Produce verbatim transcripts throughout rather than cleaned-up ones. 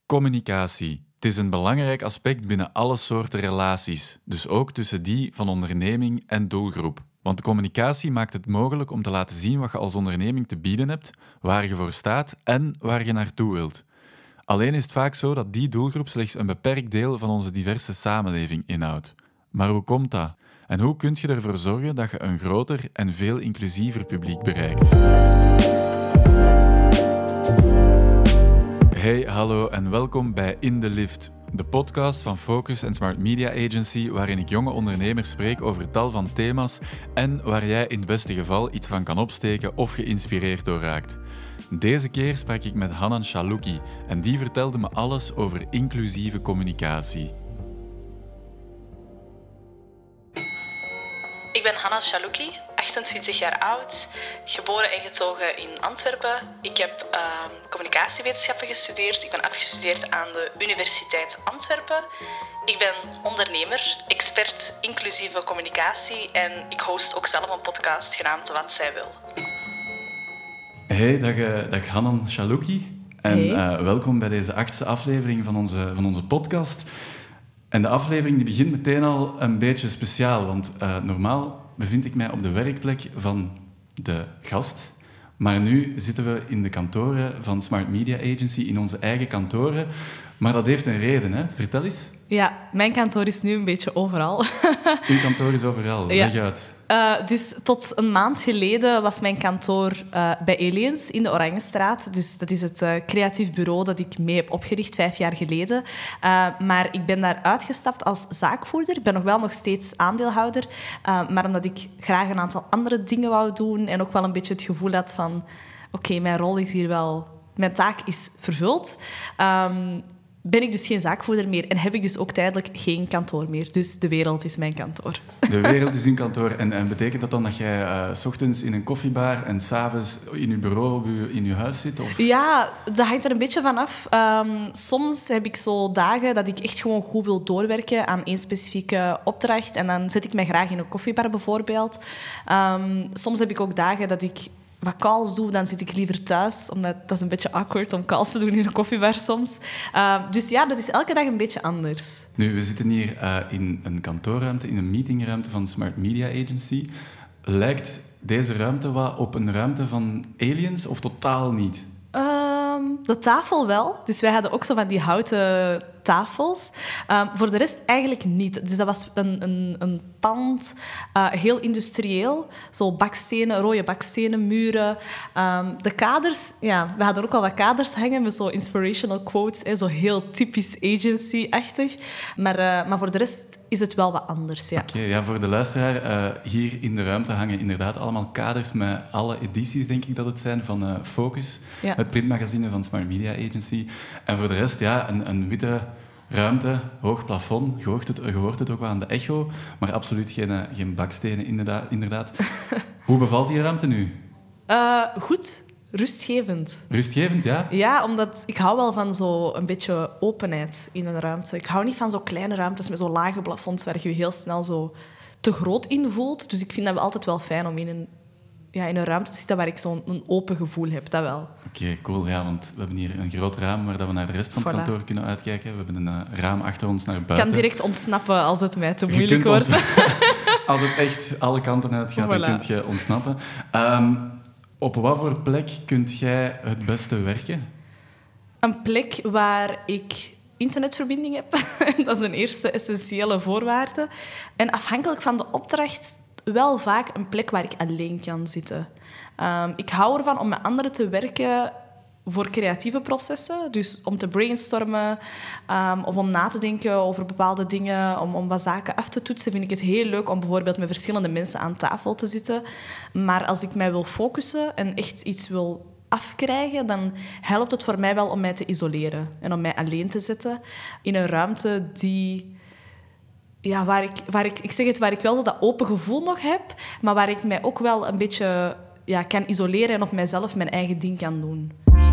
Communicatie. Het is een belangrijk aspect binnen alle soorten relaties, dus ook tussen die van onderneming en doelgroep. Want communicatie maakt het mogelijk om te laten zien wat je als onderneming te bieden hebt, waar je voor staat en waar je naartoe wilt. Alleen is het vaak zo dat die doelgroep slechts een beperkt deel van onze diverse samenleving inhoudt. Maar hoe komt dat? En hoe kun je ervoor zorgen dat je een groter en veel inclusiever publiek bereikt? Hey, hallo en welkom bij In de Lift, de podcast van Focus en Smart Media Agency, waarin ik jonge ondernemers spreek over tal van thema's en waar jij in het beste geval iets van kan opsteken of geïnspireerd door raakt. Deze keer sprak ik met Hanan Chalouki en die vertelde me alles over inclusieve communicatie. Ik ben Hanan Chalouki, achtentwintig jaar oud, geboren en getogen in Antwerpen. Ik heb uh, communicatiewetenschappen gestudeerd. Ik ben afgestudeerd aan de Universiteit Antwerpen. Ik ben ondernemer, expert inclusieve communicatie en ik host ook zelf een podcast genaamd Wat Zij Wil. Hey, dag, uh, dag Hanan Chalouki en hey. uh, welkom bij deze achtste aflevering van onze, van onze podcast. En de aflevering die begint meteen al een beetje speciaal, want uh, normaal bevind ik mij op de werkplek van de gast. Maar nu zitten we in de kantoren van Smart Media Agency, in onze eigen kantoren. Maar dat heeft een reden, hè? Vertel eens. Ja, mijn kantoor is nu een beetje overal. Uw kantoor is overal, ja. leg uit. Uh, dus tot een maand geleden was mijn kantoor uh, bij Aliens in de Oranjestraat. Dus dat is het uh, creatief bureau dat ik mee heb opgericht vijf jaar geleden. Uh, maar ik ben daar uitgestapt als zaakvoerder. Ik ben nog wel nog steeds aandeelhouder. Uh, maar omdat ik graag een aantal andere dingen wou doen en ook wel een beetje het gevoel had van oké, okay, mijn rol is hier wel... Mijn taak is vervuld. Um, ben ik dus geen zaakvoerder meer en heb ik dus ook tijdelijk geen kantoor meer. Dus de wereld is mijn kantoor. De wereld is uw kantoor. En, en betekent dat dan dat jij uh, 's ochtends in een koffiebar en 's avonds in uw bureau op uw, in uw huis zit? Of? Ja, dat hangt er een beetje van af. Um, soms heb ik zo dagen dat ik echt gewoon goed wil doorwerken aan één specifieke opdracht. En dan zet ik mij graag in een koffiebar bijvoorbeeld. Um, soms heb ik ook dagen dat ik wat calls doe, dan zit ik liever thuis. Omdat dat is een beetje awkward om calls te doen in een koffiebar soms. Uh, dus ja, dat is elke dag een beetje anders. Nu, we zitten hier uh, in een kantoorruimte, in een meetingruimte van Smart Media Agency. Lijkt deze ruimte wat op een ruimte van Aliens of totaal niet? Um, de tafel wel. Dus wij hadden ook zo van die houten tafels. Um, voor de rest eigenlijk niet. Dus dat was een, een, een pand, uh, heel industrieel. Zo bakstenen, rode bakstenen, muren. Um, de kaders, ja, we hadden ook al wat kaders hangen met zo inspirational quotes. Hè, zo heel typisch agency-achtig. Maar, uh, maar voor de rest is het wel wat anders, ja. Oké, okay, ja, voor de luisteraar, uh, hier in de ruimte hangen inderdaad allemaal kaders met alle edities, denk ik dat het zijn, van uh, Focus, ja. Het printmagazine van Smart Media Agency. En voor de rest, ja, een, een witte ruimte, hoog plafond. Je hoort het, je hoort het ook wel aan de echo, maar absoluut geen, geen bakstenen, inderdaad. inderdaad. Hoe bevalt die ruimte nu? Uh, goed. Rustgevend. Rustgevend, ja? Ja, omdat ik hou wel van zo een beetje openheid in een ruimte. Ik hou niet van zo kleine ruimtes met zo lage plafonds waar je je heel snel zo te groot in voelt. Dus ik vind dat altijd wel fijn om in een, ja, in een ruimte te zitten waar ik zo'n een open gevoel heb. Dat wel. Oké, okay, cool. Ja, want we hebben hier een groot raam waar we naar de rest van het voilà. kantoor kunnen uitkijken. We hebben een uh, raam achter ons naar buiten. Ik kan direct ontsnappen als het mij te moeilijk wordt. Ons, als het echt alle kanten uitgaat, voilà. dan kun je ontsnappen. Um, Op wat voor plek kunt jij het beste werken? Een plek waar ik internetverbinding heb. Dat is een eerste essentiële voorwaarde. En afhankelijk van de opdracht wel vaak een plek waar ik alleen kan zitten. Um, ik hou ervan om met anderen te werken voor creatieve processen. Dus om te brainstormen um, of om na te denken over bepaalde dingen, om, om wat zaken af te toetsen, vind ik het heel leuk om bijvoorbeeld met verschillende mensen aan tafel te zitten. Maar als ik mij wil focussen en echt iets wil afkrijgen, dan helpt het voor mij wel om mij te isoleren en om mij alleen te zetten in een ruimte die... Ja, waar ik, waar ik, ik zeg het, waar ik wel zo dat open gevoel nog heb, maar waar ik mij ook wel een beetje ja, kan isoleren en op mijzelf mijn eigen ding kan doen.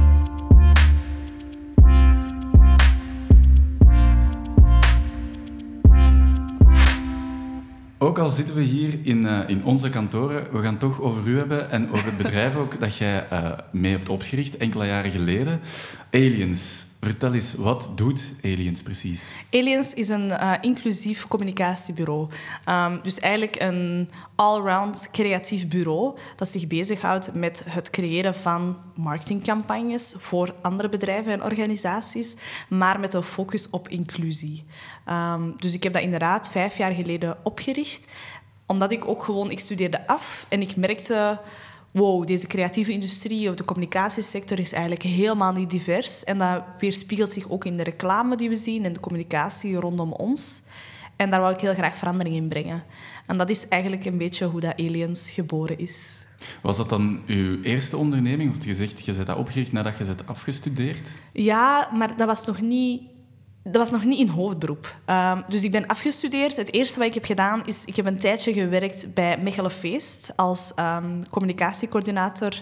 Ook al zitten we hier in, uh, in onze kantoren, we gaan het toch over u hebben en over het bedrijf ook dat jij uh, mee hebt opgericht, enkele jaren geleden. Aliens. Vertel eens, wat doet Aliens precies? Aliens is een uh, inclusief communicatiebureau. Um, dus eigenlijk een allround creatief bureau dat zich bezighoudt met het creëren van marketingcampagnes voor andere bedrijven en organisaties, maar met een focus op inclusie. Um, dus ik heb dat inderdaad vijf jaar geleden opgericht, omdat ik ook gewoon... Ik studeerde af en ik merkte... Wow, deze creatieve industrie of de communicatiesector is eigenlijk helemaal niet divers. En dat weerspiegelt zich ook in de reclame die we zien en de communicatie rondom ons. En daar wou ik heel graag verandering in brengen. En dat is eigenlijk een beetje hoe dat Aliens geboren is. Was dat dan uw eerste onderneming? Of had je gezegd, je bent dat opgericht nadat je bent afgestudeerd? Ja, maar dat was nog niet... Dat was nog niet in hoofdberoep. Um, dus ik ben afgestudeerd. Het eerste wat ik heb gedaan is... Ik heb een tijdje gewerkt bij Mechelen Feest als um, communicatiecoördinator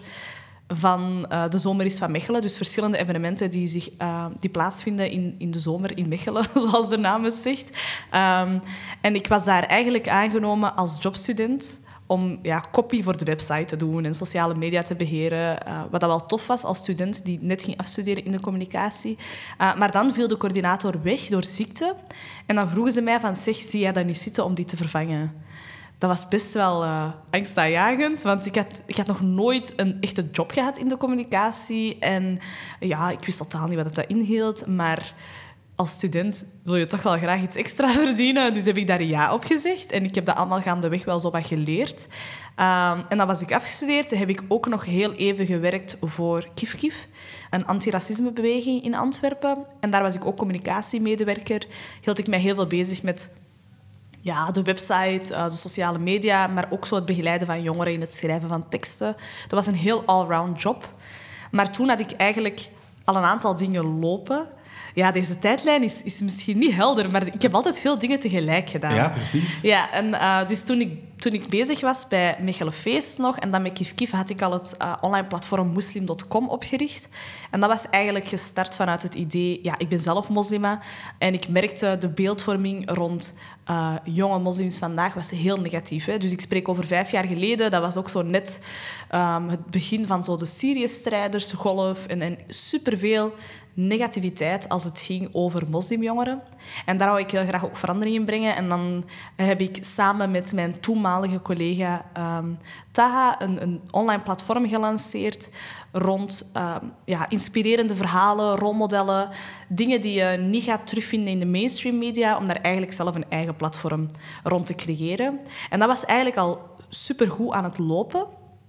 van uh, de Zomer is van Mechelen. Dus verschillende evenementen die, zich, uh, die plaatsvinden in, in de zomer in Mechelen, zoals de naam het zegt. Um, en ik was daar eigenlijk aangenomen als jobstudent om ja, copy voor de website te doen en sociale media te beheren. Uh, wat dat wel tof was als student die net ging afstuderen in de communicatie. Uh, maar dan viel de coördinator weg door ziekte. En dan vroegen ze mij van, zeg, zie jij dat niet zitten om die te vervangen? Dat was best wel uh, angstaanjagend, want ik had, ik had nog nooit een echte job gehad in de communicatie. En ja, ik wist totaal niet wat dat inhield, maar... Als student wil je toch wel graag iets extra verdienen. Dus heb ik daar ja op gezegd. En ik heb dat allemaal gaandeweg wel zo wat geleerd. Um, en dan was ik afgestudeerd. Heb ik ook nog heel even gewerkt voor Kif Kif, een antiracismebeweging in Antwerpen. En daar was ik ook communicatiemedewerker. Hield ik mij heel veel bezig met ja, de website, uh, de sociale media, maar ook zo het begeleiden van jongeren in het schrijven van teksten. Dat was een heel allround job. Maar toen had ik eigenlijk al een aantal dingen lopen. Ja, deze tijdlijn is, is misschien niet helder, maar ik heb altijd veel dingen tegelijk gedaan. Ja, precies. Ja, en uh, dus toen ik, toen ik bezig was bij Mechelen Feest nog en dan met Kif Kif had ik al het uh, online platform moslim punt com opgericht. En dat was eigenlijk gestart vanuit het idee... Ja, ik ben zelf moslima en ik merkte de beeldvorming rond uh, jonge moslims vandaag was heel negatief. Hè? Dus ik spreek over vijf jaar geleden. Dat was ook zo net um, het begin van zo de Syrië-strijdersgolf en, en superveel negativiteit als het ging over moslimjongeren. En daar wou ik heel graag ook verandering in brengen. En dan heb ik samen met mijn toenmalige collega um, Taha een, een online platform gelanceerd rond um, ja, inspirerende verhalen, rolmodellen, dingen die je niet gaat terugvinden in de mainstream media, om daar eigenlijk zelf een eigen platform rond te creëren. En dat was eigenlijk al supergoed aan het lopen.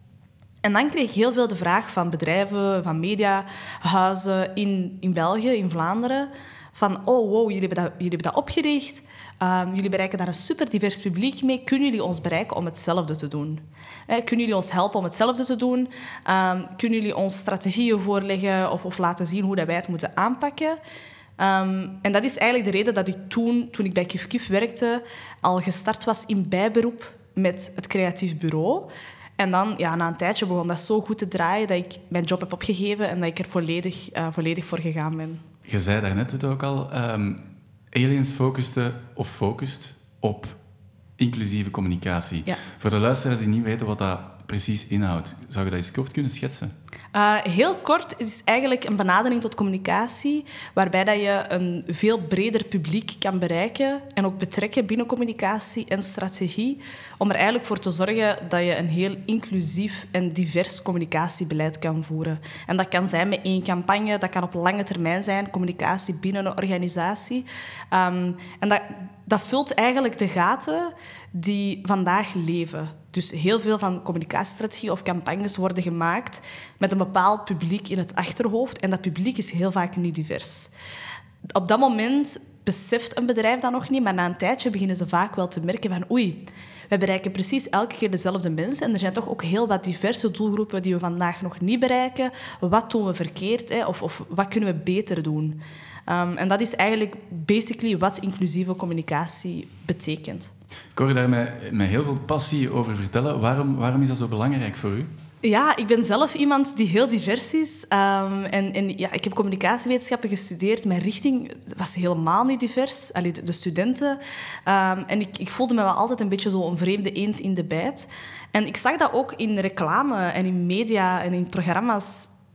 En dan kreeg ik heel veel de vraag van bedrijven, van mediahuizen in, in België, in Vlaanderen, van oh wow, jullie hebben dat, jullie hebben dat opgericht, um, jullie bereiken daar een super divers publiek mee, kunnen jullie ons bereiken om hetzelfde te doen? Eh, kunnen jullie ons helpen om hetzelfde te doen? Um, kunnen jullie ons strategieën voorleggen of, of laten zien hoe dat wij het moeten aanpakken? Um, en dat is eigenlijk de reden dat ik toen, toen ik bij Kif Kif werkte, al gestart was in bijberoep met het creatief bureau. En dan, ja, na een tijdje begon dat zo goed te draaien dat ik mijn job heb opgegeven en dat ik er volledig, uh, volledig voor gegaan ben. Je zei daarnet het ook al. Um, Aliens focuste of focust op inclusieve communicatie. Ja. Voor de luisteraars die niet weten wat dat precies inhoudt, zou je dat eens kort kunnen schetsen? Uh, heel kort, het is eigenlijk een benadering tot communicatie waarbij dat je een veel breder publiek kan bereiken en ook betrekken binnen communicatie en strategie om er eigenlijk voor te zorgen dat je een heel inclusief en divers communicatiebeleid kan voeren. En dat kan zijn met één campagne, dat kan op lange termijn zijn, communicatie binnen een organisatie. Um, en dat, dat vult eigenlijk de gaten die vandaag leven. Dus heel veel van communicatiestrategieën of campagnes worden gemaakt met een bepaald publiek in het achterhoofd. En dat publiek is heel vaak niet divers. Op dat moment beseft een bedrijf dat nog niet, maar na een tijdje beginnen ze vaak wel te merken van oei, we bereiken precies elke keer dezelfde mensen en er zijn toch ook heel wat diverse doelgroepen die we vandaag nog niet bereiken. Wat doen we verkeerd, hè? Of, of wat kunnen we beter doen? Um, en dat is eigenlijk basically wat inclusieve communicatie betekent. Ik hoor daar met, met heel veel passie over vertellen. Waarom, waarom is dat zo belangrijk voor u? Ja, ik ben zelf iemand die heel divers is. Um, en en ja, ik heb communicatiewetenschappen gestudeerd. Mijn richting was helemaal niet divers. Allee, de, de studenten. Um, en ik, ik voelde me wel altijd een beetje zo een vreemde eend in de bijt. En ik zag dat ook in reclame en in media en in programma's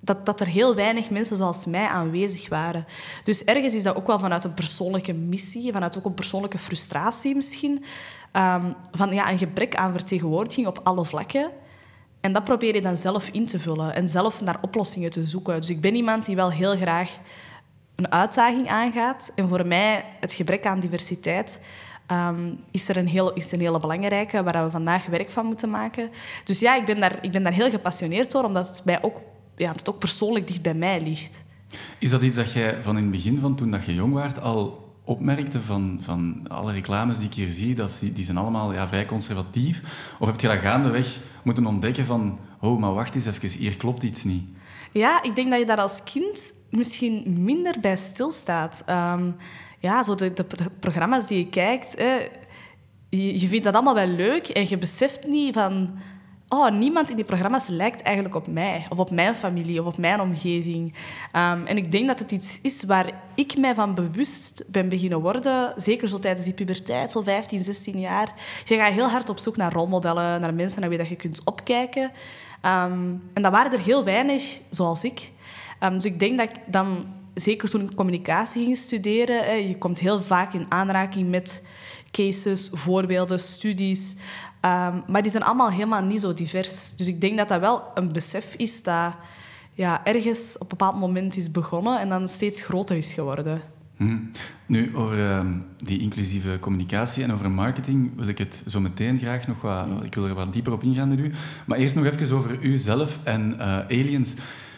dat, dat er heel weinig mensen zoals mij aanwezig waren. Dus ergens is dat ook wel vanuit een persoonlijke missie, vanuit ook een persoonlijke frustratie misschien, um, van ja, een gebrek aan vertegenwoordiging op alle vlakken. En dat probeer je dan zelf in te vullen en zelf naar oplossingen te zoeken. Dus ik ben iemand die wel heel graag een uitdaging aangaat. En voor mij, het gebrek aan diversiteit, um, is er een, heel, is een hele belangrijke, waar we vandaag werk van moeten maken. Dus ja, ik ben daar, ik ben daar heel gepassioneerd door, omdat het, mij ook, ja, het ook persoonlijk dicht bij mij ligt. Is dat iets dat jij van in het begin, van toen dat je jong was, al opmerkte van, van alle reclames die ik hier zie, dat die, die zijn allemaal ja, vrij conservatief? Of heb je dat gaandeweg moeten ontdekken van, oh, maar wacht eens even, hier klopt iets niet? Ja, ik denk dat je daar als kind misschien minder bij stilstaat. Um, ja, zo de, de, de programma's die je kijkt, hè, je, je vindt dat allemaal wel leuk en je beseft niet van, oh, niemand in die programma's lijkt eigenlijk op mij, of op mijn familie, of op mijn omgeving. Um, en ik denk dat het iets is waar ik mij van bewust ben beginnen worden, zeker zo tijdens die puberteit, zo vijftien, zestien jaar. Je gaat heel hard op zoek naar rolmodellen, naar mensen naar wie dat je kunt opkijken. Um, en dat waren er heel weinig, zoals ik. Um, dus ik denk dat ik dan, zeker toen ik communicatie ging studeren, hè, je komt heel vaak in aanraking met cases, voorbeelden, studies. Um, maar die zijn allemaal helemaal niet zo divers. Dus ik denk dat dat wel een besef is dat ja, ergens op een bepaald moment is begonnen en dan steeds groter is geworden. Hmm. Nu, over uh, die inclusieve communicatie en over marketing wil ik het zo meteen graag nog wat... Ik wil er wat dieper op ingaan met u. Maar eerst nog even over uzelf en uh, Aliens.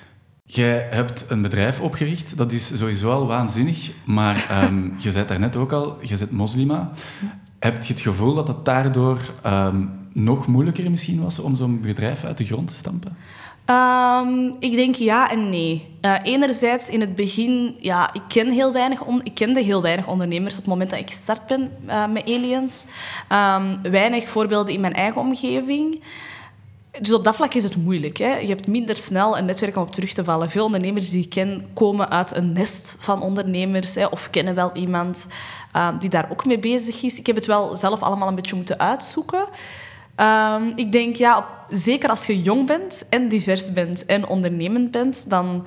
Jij hebt een bedrijf opgericht, dat is sowieso al waanzinnig, maar um, je zei daarnet ook al, je bent moslima. Heb je het gevoel dat het daardoor um, nog moeilijker misschien was om zo'n bedrijf uit de grond te stampen? Um, ik denk ja en nee. Uh, enerzijds, in het begin, ja, ik, ken heel weinig on- ik kende heel weinig ondernemers op het moment dat ik gestart ben uh, met Aliens. Um, weinig voorbeelden in mijn eigen omgeving. Dus op dat vlak is het moeilijk. Hè. Je hebt minder snel een netwerk om op terug te vallen. Veel ondernemers die ik ken komen uit een nest van ondernemers, hè, of kennen wel iemand uh, die daar ook mee bezig is. Ik heb het wel zelf allemaal een beetje moeten uitzoeken. Um, ik denk, ja, op, zeker als je jong bent en divers bent en ondernemend bent, dan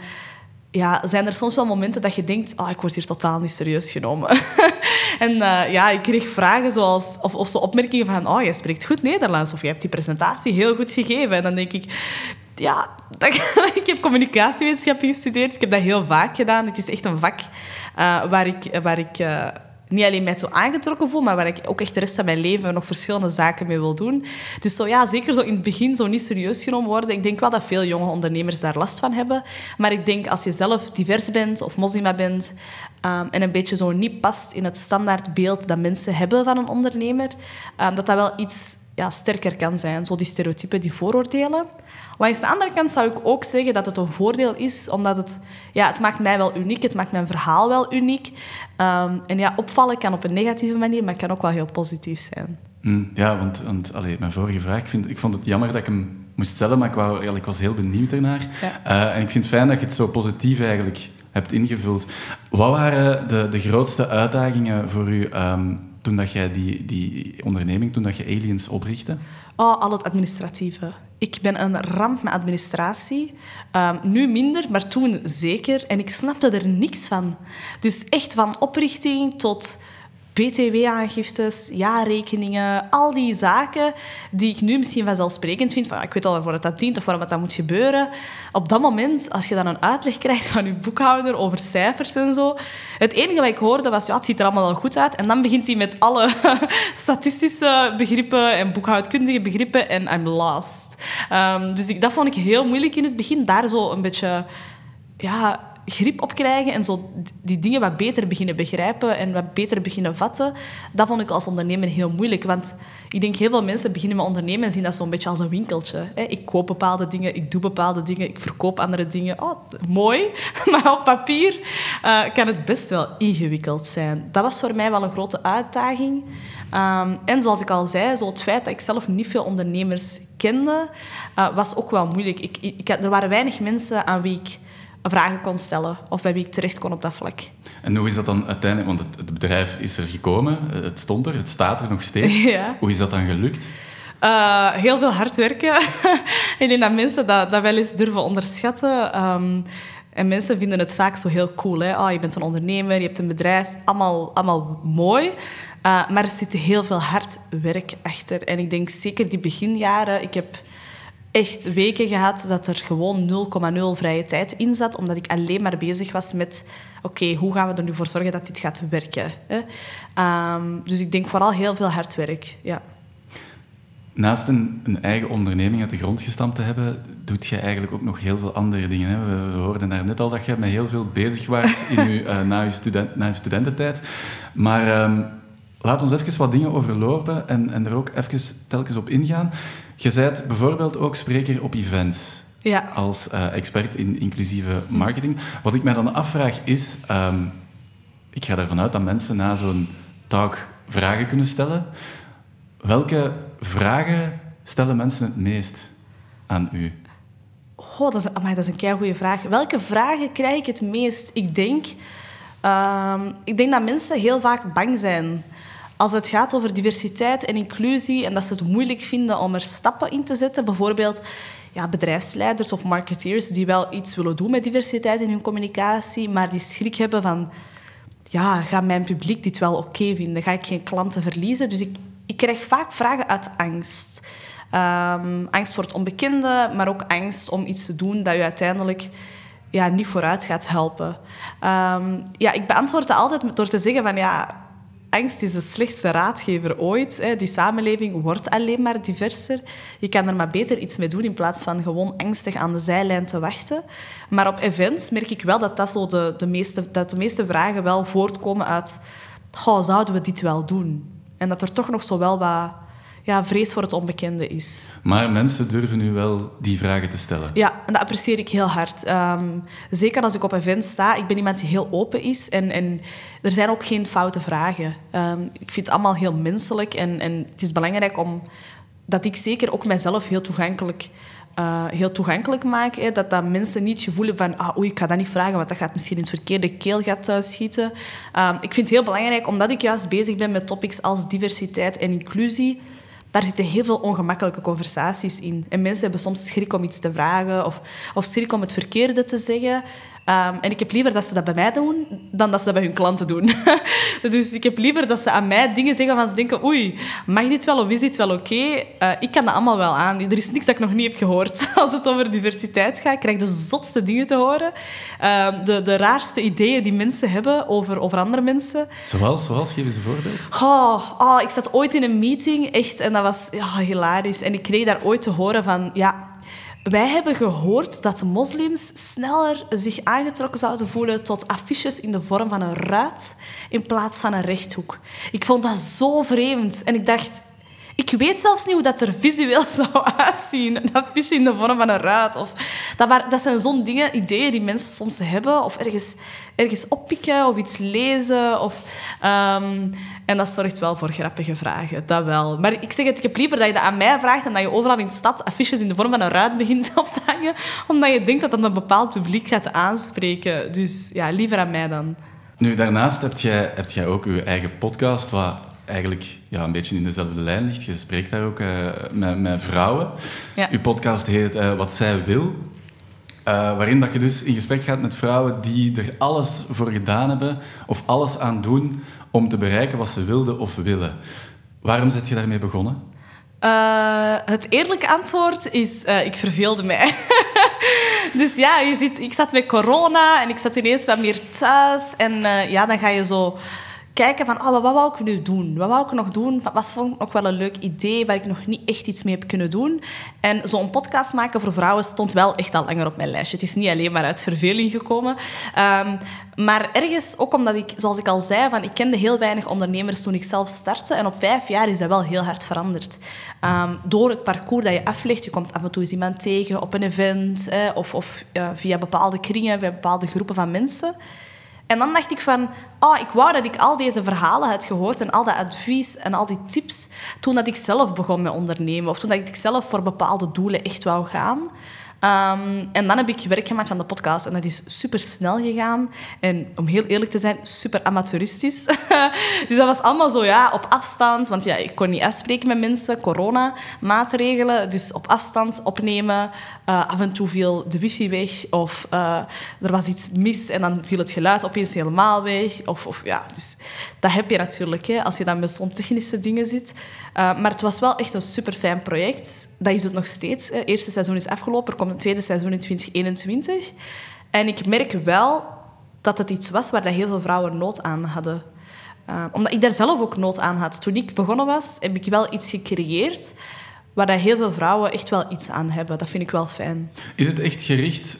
ja, zijn er soms wel momenten dat je denkt, oh, ik word hier totaal niet serieus genomen. en uh, ja, ik kreeg vragen zoals, of, of zo opmerkingen van, oh, jij spreekt goed Nederlands, of je hebt die presentatie heel goed gegeven. En dan denk ik, ja, dat, ik heb communicatiewetenschappen gestudeerd, ik heb dat heel vaak gedaan. Het is echt een vak uh, waar ik... Waar ik uh, niet alleen mij toe aangetrokken voel, maar waar ik ook echt de rest van mijn leven nog verschillende zaken mee wil doen. Dus zo, ja, zeker zo in het begin zo niet serieus genomen worden. Ik denk wel dat veel jonge ondernemers daar last van hebben. Maar ik denk als je zelf divers bent of moslima bent um, en een beetje zo niet past in het standaardbeeld dat mensen hebben van een ondernemer, um, dat dat wel iets ja, sterker kan zijn. Zo die stereotypen, die vooroordelen. Langs de andere kant zou ik ook zeggen dat het een voordeel is, omdat het, ja, het maakt mij wel uniek, het maakt mijn verhaal wel uniek. Um, en ja, opvallen kan op een negatieve manier, maar kan ook wel heel positief zijn. Mm, ja, want, want allee, mijn vorige vraag, ik, vind, ik vond het jammer dat ik hem moest stellen, maar ik, wou, ja, ik was heel benieuwd ernaar. Ja. Uh, en ik vind het fijn dat je het zo positief eigenlijk hebt ingevuld. Wat waren de, de grootste uitdagingen voor u um, toen dat jij die, die onderneming, toen dat je Aliens oprichtte? Oh, al het administratieve. Ik ben een ramp met administratie. Um, nu minder, maar toen zeker. En ik snapte er niks van. Dus echt van oprichting tot B T W-aangiftes, jaarrekeningen, al die zaken die ik nu misschien vanzelfsprekend vind. Van, ik weet al waarvoor het dat dient of waarom het dat moet gebeuren. Op dat moment, als je dan een uitleg krijgt van je boekhouder over cijfers en zo, het enige wat ik hoorde was, ja, het ziet er allemaal wel goed uit. En dan begint hij met alle statistische begrippen en boekhoudkundige begrippen en I'm lost. Um, dus ik, dat vond ik heel moeilijk in het begin. Daar zo een beetje... ja, grip op krijgen en zo die dingen wat beter beginnen begrijpen en wat beter beginnen vatten, dat vond ik als ondernemer heel moeilijk. Want ik denk, heel veel mensen beginnen met ondernemen en zien dat zo'n beetje als een winkeltje. Ik koop bepaalde dingen, ik doe bepaalde dingen, ik verkoop andere dingen. Oh, mooi. Maar op papier uh, kan het best wel ingewikkeld zijn. Dat was voor mij wel een grote uitdaging. Um, en zoals ik al zei, zo het feit dat ik zelf niet veel ondernemers kende, uh, was ook wel moeilijk. Ik, ik, er waren weinig mensen aan wie ik vragen kon stellen of bij wie ik terecht kon op dat vlak. En hoe is dat dan uiteindelijk... Want het, het bedrijf is er gekomen, het stond er, het staat er nog steeds. Ja. Hoe is dat dan gelukt? Uh, heel veel hard werken. Ik denk dat mensen dat, dat wel eens durven onderschatten. Um, en mensen vinden het vaak zo heel cool. Hè? Oh, je bent een ondernemer, je hebt een bedrijf. Allemaal, allemaal mooi. Uh, maar er zit heel veel hard werk achter. En ik denk zeker die beginjaren... Ik heb echt weken gehad dat er gewoon nul komma nul vrije tijd in zat. Omdat ik alleen maar bezig was met... Oké, okay, hoe gaan we er nu voor zorgen dat dit gaat werken? Hè? Um, dus ik denk vooral heel veel hard werk, ja. Naast een, een eigen onderneming uit de grond gestampt te hebben, doet je eigenlijk ook nog heel veel andere dingen. Hè? We, we hoorden daar net al dat je met heel veel bezig was in je, uh, na, je student, na je studententijd. Maar um, laat ons even wat dingen overlopen en, en er ook even telkens op ingaan. Je bent bijvoorbeeld ook spreker op events. Ja. Als uh, expert in inclusieve marketing. Wat ik mij dan afvraag is... Um, ik ga ervan uit dat mensen na zo'n talk vragen kunnen stellen. Welke vragen stellen mensen het meest aan u? Oh, dat is, amai, dat is een keigoeie vraag. Welke vragen krijg ik het meest? Ik denk, um, ik denk dat mensen heel vaak bang zijn als het gaat over diversiteit en inclusie en dat ze het moeilijk vinden om er stappen in te zetten. Bijvoorbeeld ja, bedrijfsleiders of marketeers die wel iets willen doen met diversiteit in hun communicatie, maar die schrik hebben van... Ja, gaat mijn publiek dit wel oké okay vinden? Ga ik geen klanten verliezen? Dus ik, ik krijg vaak vragen uit angst. Um, angst voor het onbekende, maar ook angst om iets te doen dat je uiteindelijk ja, niet vooruit gaat helpen. Um, ja, ik beantwoord het altijd door te zeggen van... ja, angst is de slechtste raadgever ooit. Hè. Die samenleving wordt alleen maar diverser. Je kan er maar beter iets mee doen in plaats van gewoon angstig aan de zijlijn te wachten. Maar op events merk ik wel dat, dat, zo de, de, meeste, dat de meeste vragen wel voortkomen uit... Oh, zouden we dit wel doen? En dat er toch nog zo wel wat ja, vrees voor het onbekende is. Maar mensen durven nu wel die vragen te stellen? Ja, en dat apprecieer ik heel hard. Um, zeker als ik op events sta. Ik ben iemand die heel open is. En, en er zijn ook geen foute vragen. Um, ik vind het allemaal heel menselijk. En, en het is belangrijk om, dat ik zeker ook mijzelf heel toegankelijk, uh, heel toegankelijk maak. Hè. Dat, dat mensen niet het gevoel hebben van... Ah, oei, ik ga dat niet vragen, want dat gaat misschien in het verkeerde keelgat uh, schieten. Um, ik vind het heel belangrijk, omdat ik juist bezig ben met topics als diversiteit en inclusie... Daar zitten heel veel ongemakkelijke conversaties in. En mensen hebben soms schrik om iets te vragen of, of schrik om het verkeerde te zeggen. Um, en ik heb liever dat ze dat bij mij doen dan dat ze dat bij hun klanten doen. Dus ik heb liever dat ze aan mij dingen zeggen van ze denken... Oei, mag dit wel of is dit wel oké? Okay? Uh, ik kan dat allemaal wel aan. Er is niks dat ik nog niet heb gehoord. Als het over diversiteit gaat, ik krijg de zotste dingen te horen. Uh, de, de raarste ideeën die mensen hebben over, over andere mensen. Zoals? Zoals? Geef eens een voorbeeld. Oh, oh, ik zat ooit in een meeting, echt, en dat was ja, hilarisch. En ik kreeg daar ooit te horen van... Ja, wij hebben gehoord dat moslims sneller zich aangetrokken zouden voelen tot affiches in de vorm van een ruit in plaats van een rechthoek. Ik vond dat zo vreemd. En ik dacht... Ik weet zelfs niet hoe dat er visueel zou uitzien. Een affiche in de vorm van een ruit. Of, dat, waren, dat zijn zo'n dingen, ideeën die mensen soms hebben. Of ergens, ergens oppikken of iets lezen. Of, um, en dat zorgt wel voor grappige vragen. Dat wel. Maar ik zeg het, ik heb liever dat je dat aan mij vraagt dan dat je overal in de stad affiches in de vorm van een ruit begint op te hangen. Omdat je denkt dat dat een bepaald publiek gaat aanspreken. Dus ja, liever aan mij dan. Nu, daarnaast heb jij, heb jij ook je eigen podcast... wat eigenlijk ja, een beetje in dezelfde lijn ligt. Je spreekt daar ook uh, met, met vrouwen. Ja. Je podcast heet uh, Wat Zij Wil. Uh, waarin dat je dus in gesprek gaat met vrouwen die er alles voor gedaan hebben of alles aan doen om te bereiken wat ze wilden of willen. Waarom ben je daarmee begonnen? Uh, het eerlijke antwoord is, uh, ik verveelde mij. Dus ja, je ziet, ik zat met corona en ik zat ineens wat meer thuis. En uh, ja, dan ga je zo... kijken van, oh, wat wou ik nu doen? Wat wou ik nog doen? Wat vond ik nog wel een leuk idee waar ik nog niet echt iets mee heb kunnen doen? En zo'n podcast maken voor vrouwen stond wel echt al langer op mijn lijstje. Het is niet alleen maar uit verveling gekomen. Um, maar ergens ook omdat ik, zoals ik al zei, van, ik kende heel weinig ondernemers toen ik zelf startte. En op vijf jaar is dat wel heel hard veranderd. Um, door het parcours dat je aflegt, je komt af en toe eens iemand tegen op een event eh, of, of uh, via bepaalde kringen, via bepaalde groepen van mensen. En dan dacht ik van, oh, ik wou dat ik al deze verhalen had gehoord en al dat advies en al die tips toen dat ik zelf begon met ondernemen of toen dat ik zelf voor bepaalde doelen echt wou gaan. Um, en dan heb ik werk gemaakt aan de podcast. En dat is super snel gegaan. En om heel eerlijk te zijn, super amateuristisch. Dus dat was allemaal zo, ja, op afstand. Want ja, ik kon niet afspreken met mensen. Corona-maatregelen. Dus op afstand opnemen. Uh, af en toe viel de wifi weg. Of uh, er was iets mis en dan viel het geluid opeens helemaal weg. Of, of, ja, dus dat heb je natuurlijk, hè, als je dan met zo'n technische dingen zit. Uh, maar het was wel echt een super fijn project. Dat is het nog steeds. Het eerste seizoen is afgelopen. Er komt een tweede seizoen in twintig eenentwintig. En ik merk wel dat het iets was waar heel veel vrouwen nood aan hadden. Uh, omdat ik daar zelf ook nood aan had. Toen ik begonnen was, heb ik wel iets gecreëerd waar heel veel vrouwen echt wel iets aan hebben. Dat vind ik wel fijn. Is het echt gericht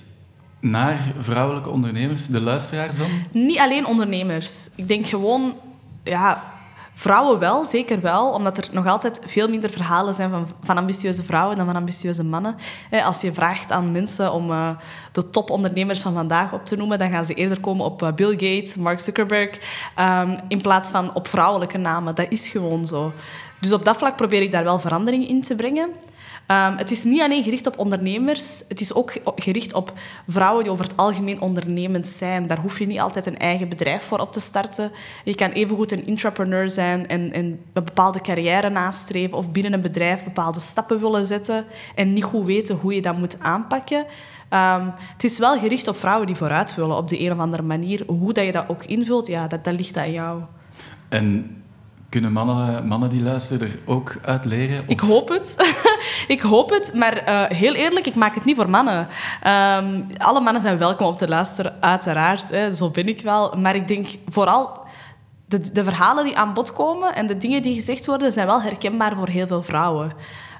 naar vrouwelijke ondernemers, de luisteraars dan? Niet alleen ondernemers. Ik denk gewoon... ja, vrouwen wel, zeker wel. Omdat er nog altijd veel minder verhalen zijn van, van ambitieuze vrouwen dan van ambitieuze mannen. Als je vraagt aan mensen om uh, de topondernemers van vandaag op te noemen, dan gaan ze eerder komen op uh, Bill Gates, Mark Zuckerberg, um, in plaats van op vrouwelijke namen. Dat is gewoon zo. Dus op dat vlak probeer ik daar wel verandering in te brengen. Um, het is niet alleen gericht op ondernemers. Het is ook gericht op vrouwen die over het algemeen ondernemend zijn. Daar hoef je niet altijd een eigen bedrijf voor op te starten. Je kan evengoed een intrapreneur zijn en, en een bepaalde carrière nastreven of binnen een bedrijf bepaalde stappen willen zetten en niet goed weten hoe je dat moet aanpakken. Um, het is wel gericht op vrouwen die vooruit willen op de een of andere manier. Hoe dat je dat ook invult, ja, dat, dat ligt aan jou. En... kunnen mannen, mannen die luisteren er ook uit leren? Of? Ik hoop het. ik hoop het, maar uh, heel eerlijk, ik maak het niet voor mannen. Um, alle mannen zijn welkom om te luisteren, uiteraard. Hè, zo ben ik wel. Maar ik denk vooral... De, de verhalen die aan bod komen en de dingen die gezegd worden, zijn wel herkenbaar voor heel veel vrouwen.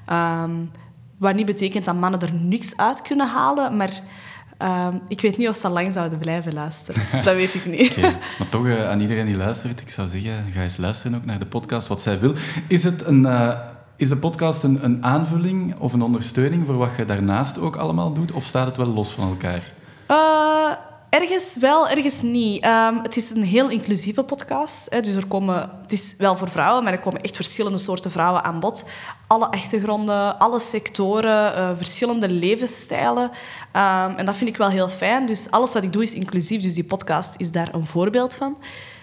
Um, wat niet betekent dat mannen er niks uit kunnen halen, maar... Um, ik weet niet of ze lang zouden blijven luisteren. Dat weet ik niet. Okay. Maar toch, uh, aan iedereen die luistert, ik zou zeggen, ga eens luisteren ook naar de podcast, wat zij wil. Is, het een, uh, is de podcast een, een aanvulling of een ondersteuning voor wat je daarnaast ook allemaal doet? Of staat het wel los van elkaar? Uh, ergens wel, ergens niet. Um, het is een heel inclusieve podcast. Hè, dus er komen, het is wel voor vrouwen, maar er komen echt verschillende soorten vrouwen aan bod. Alle achtergronden, alle sectoren, uh, verschillende levensstijlen. Um, en dat vind ik wel heel fijn. Dus alles wat ik doe is inclusief. Dus die podcast is daar een voorbeeld van.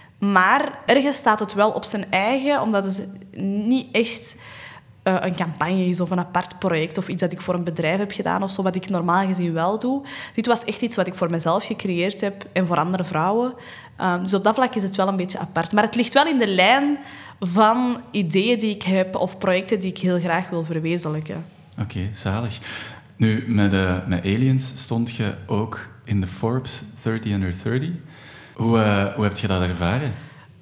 Maar ergens staat het wel op zijn eigen, omdat het niet echt... Uh, een campagne is of een apart project of iets dat ik voor een bedrijf heb gedaan of zo, wat ik normaal gezien wel doe. Dit was echt iets wat ik voor mezelf gecreëerd heb en voor andere vrouwen. Um, dus op dat vlak is het wel een beetje apart. Maar het ligt wel in de lijn van ideeën die ik heb of projecten die ik heel graag wil verwezenlijken. Oké, okay, zalig. Nu, met, uh, met Aliens stond je ook in de Forbes dertig under dertig. Hoe, uh, hoe heb je dat ervaren?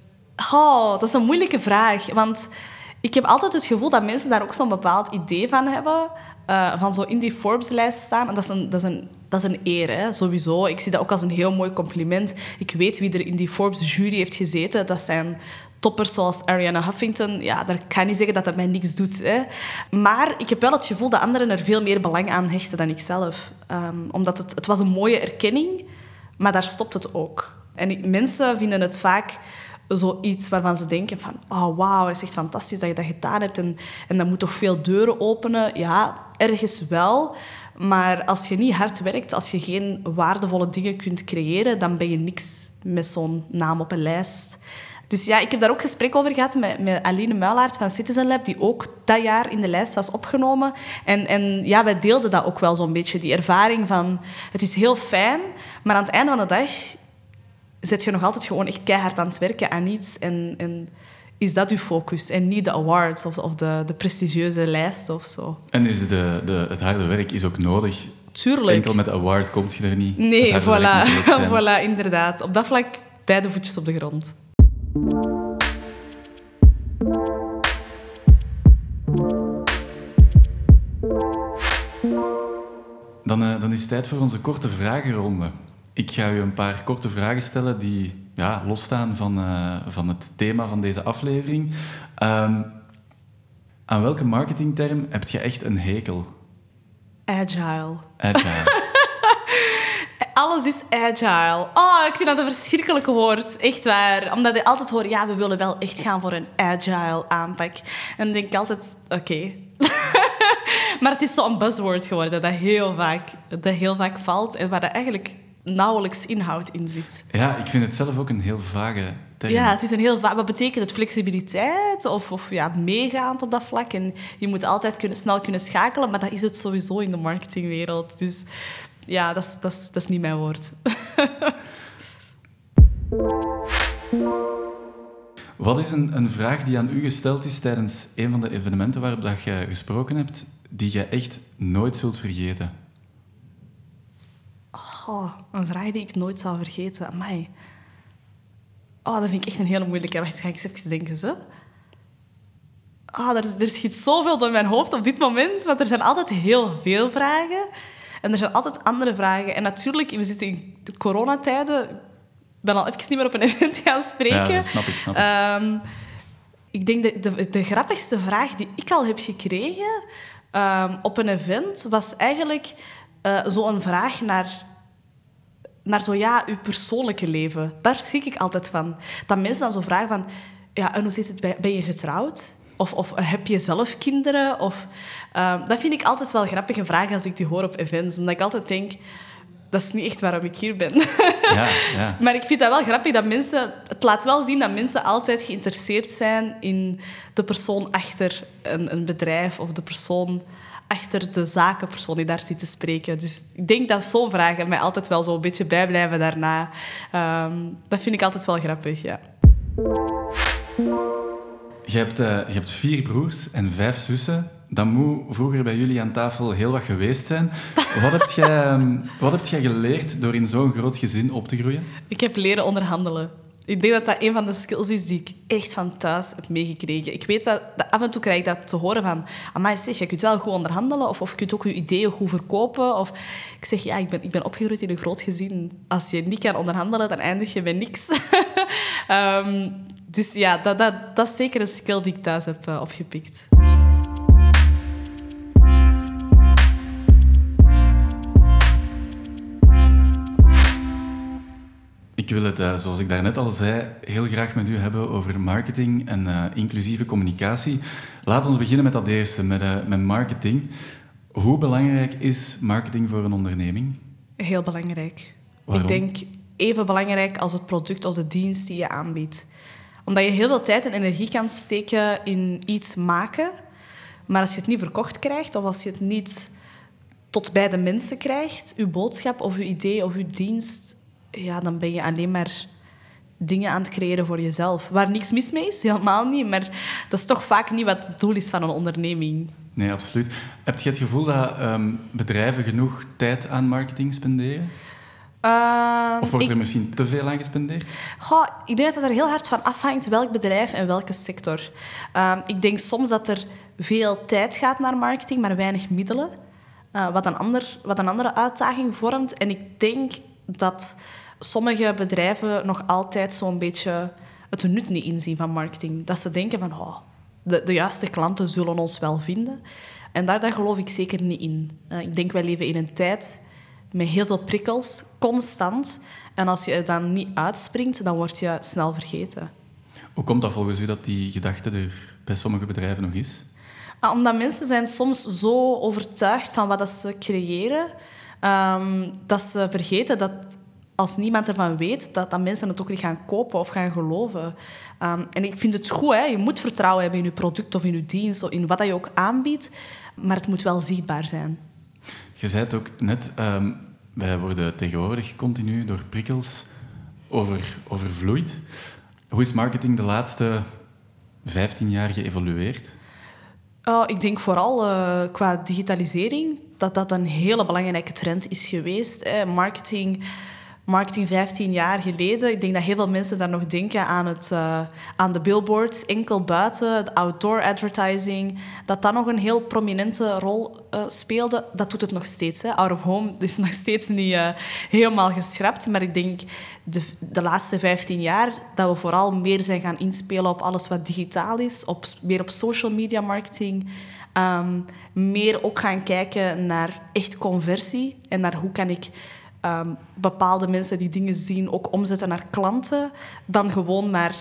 Oh, dat is een moeilijke vraag, want... Ik heb altijd het gevoel dat mensen daar ook zo'n bepaald idee van hebben. Uh, van zo in die Forbes-lijst staan. En dat is een, dat is een, dat is een eer, hè, sowieso. Ik zie dat ook als een heel mooi compliment. Ik weet wie er in die Forbes-jury heeft gezeten. Dat zijn toppers zoals Arianna Huffington. Ja, daar kan ik niet zeggen dat dat mij niks doet. Hè. Maar ik heb wel het gevoel dat anderen er veel meer belang aan hechten dan ik zelf. Um, omdat het, het was een mooie erkenning, maar daar stopt het ook. En ik, mensen vinden het vaak... zoiets waarvan ze denken van... Oh, wauw, het is echt fantastisch dat je dat gedaan hebt. En, en dat moet toch veel deuren openen? Ja, ergens wel. Maar als je niet hard werkt, als je geen waardevolle dingen kunt creëren, dan ben je niks met zo'n naam op een lijst. Dus ja, ik heb daar ook gesprek over gehad met, met Aline Muilaert van Citizen Lab, die ook dat jaar in de lijst was opgenomen. En, en ja, wij deelden dat ook wel zo'n beetje, die ervaring van... Het is heel fijn, maar aan het einde van de dag... zet je nog altijd gewoon echt keihard aan het werken aan iets. En, en is dat je focus? En niet de awards of, of de, de prestigieuze lijsten of zo. En is de, de, het harde werk is ook nodig? Tuurlijk. Enkel met de award komt je er niet. Nee, voilà. voilà, inderdaad. Op dat vlak beide voetjes op de grond. Dan, uh, dan is het tijd voor onze korte vragenronde. Ik ga u een paar korte vragen stellen die ja, losstaan van, uh, van het thema van deze aflevering. Um, aan welke marketingterm heb je echt een hekel? Agile. Agile. Alles is agile. Oh, ik vind dat een verschrikkelijk woord. Echt waar. Omdat je altijd hoort, ja, we willen wel echt gaan voor een agile aanpak. En dan denk ik altijd, oké. Okay. Maar het is zo'n buzzword geworden dat heel vaak, dat heel vaak valt en waar er eigenlijk nauwelijks inhoud in zit. Ja, ik vind het zelf ook een heel vage term. Ja, het is een heel va- wat betekent het? Flexibiliteit of, of ja, meegaand op dat vlak. En je moet altijd kunnen, snel kunnen schakelen, maar dat is het sowieso in de marketingwereld. Dus ja, dat is, dat is, dat is niet mijn woord. Wat is een, een vraag die aan u gesteld is tijdens een van de evenementen waarop dat je gesproken hebt, die je echt nooit zult vergeten? Oh, een vraag die ik nooit zal vergeten. Amai. Oh, dat vind ik echt een hele moeilijke. Wacht, ga ik eens even denken. Zo. Oh, er, is, er schiet zoveel door mijn hoofd op dit moment, want er zijn altijd heel veel vragen. En er zijn altijd andere vragen. En natuurlijk, we zitten in de coronatijden. Ik ben al even niet meer op een event gaan spreken. Ja, dat snap ik, snap ik. Um, ik denk de, de, de grappigste vraag die ik al heb gekregen um, op een event was eigenlijk uh, zo'n vraag naar, naar zo, ja, uw persoonlijke leven. Daar schrik ik altijd van. Dat mensen dan zo vragen van... Ja, en hoe zit het bij... Ben je getrouwd? Of, of heb je zelf kinderen? Of, um, dat vind ik altijd wel grappige vragen als ik die hoor op events. Omdat ik altijd denk... Dat is niet echt waarom ik hier ben. Ja, ja. Maar ik vind dat wel grappig dat mensen... Het laat wel zien dat mensen altijd geïnteresseerd zijn in de persoon achter een, een bedrijf of de persoon achter de zakenpersoon die daar zit te spreken. Dus ik denk dat zo'n vragen mij altijd wel zo'n beetje bijblijven daarna. Um, dat vind ik altijd wel grappig, ja. Je hebt, uh, je hebt vier broers en vijf zussen. Dat moet vroeger bij jullie aan tafel heel wat geweest zijn. Wat heb jij, um, wat heb jij geleerd door in zo'n groot gezin op te groeien? Ik heb leren onderhandelen. Ik denk dat dat een van de skills is die ik echt van thuis heb meegekregen. Ik weet dat, dat af en toe krijg ik dat te horen van... Amai, zeg, je kunt wel goed onderhandelen of, of je kunt ook je ideeën goed verkopen. Of, ik zeg, ja, ik ben, ik ben opgegroeid in een groot gezin. Als je niet kan onderhandelen, dan eindig je met niks. um, dus ja, dat, dat, dat is zeker een skill die ik thuis heb uh, opgepikt. Ik wil het, uh, zoals ik daarnet al zei, heel graag met u hebben over marketing en uh, inclusieve communicatie. Laten we beginnen met dat eerste, met, uh, met marketing. Hoe belangrijk is marketing voor een onderneming? Heel belangrijk. Waarom? Ik denk even belangrijk als het product of de dienst die je aanbiedt. Omdat je heel veel tijd en energie kan steken in iets maken, maar als je het niet verkocht krijgt of als je het niet tot bij de mensen krijgt, je boodschap of je idee of je dienst... Ja, dan ben je alleen maar dingen aan het creëren voor jezelf. Waar niks mis mee is, helemaal niet. Maar dat is toch vaak niet wat het doel is van een onderneming. Nee, absoluut. Heb je het gevoel dat um, bedrijven genoeg tijd aan marketing spenderen? Uh, of wordt ik, er misschien te veel aan gespendeerd? Goh, ik denk dat het er heel hard van afhangt welk bedrijf en welke sector. Uh, ik denk soms dat er veel tijd gaat naar marketing, maar weinig middelen. Uh, wat, een ander, wat een andere uitdaging vormt. En ik denk dat sommige bedrijven nog altijd zo'n beetje het nut niet inzien van marketing. Dat ze denken van, oh, de, de juiste klanten zullen ons wel vinden. En daar, daar geloof ik zeker niet in. Uh, ik denk, wij leven in een tijd met heel veel prikkels, constant. En als je er dan niet uitspringt, dan word je snel vergeten. Hoe komt dat volgens u dat die gedachte er bij sommige bedrijven nog is? Uh, omdat mensen zijn soms zo overtuigd van wat dat ze creëren... Um, dat ze vergeten dat als niemand ervan weet, dat, dat mensen het ook niet gaan kopen of gaan geloven. Um, en ik vind het goed, hè. Je moet vertrouwen hebben in je product of in je dienst, of in wat je ook aanbiedt, maar het moet wel zichtbaar zijn. Je zei het ook net, um, wij worden tegenwoordig continu door prikkels over, overvloeid. Hoe is marketing de laatste vijftien jaar geëvolueerd? Uh, ik denk vooral uh, qua digitalisering dat dat een hele belangrijke trend is geweest. Hè. Marketing, marketing vijftien jaar geleden. Ik denk dat heel veel mensen daar nog denken aan, het, uh, aan de billboards, enkel buiten, de outdoor advertising. Dat dat nog een heel prominente rol uh, speelde. Dat doet het nog steeds. Hè. Out of home is nog steeds niet uh, helemaal geschrapt. Maar ik denk de, de laatste vijftien jaar dat we vooral meer zijn gaan inspelen op alles wat digitaal is. Op, meer op social media marketing. Um, meer ook gaan kijken naar echt conversie. En naar hoe kan ik um, bepaalde mensen die dingen zien ook omzetten naar klanten. Dan gewoon maar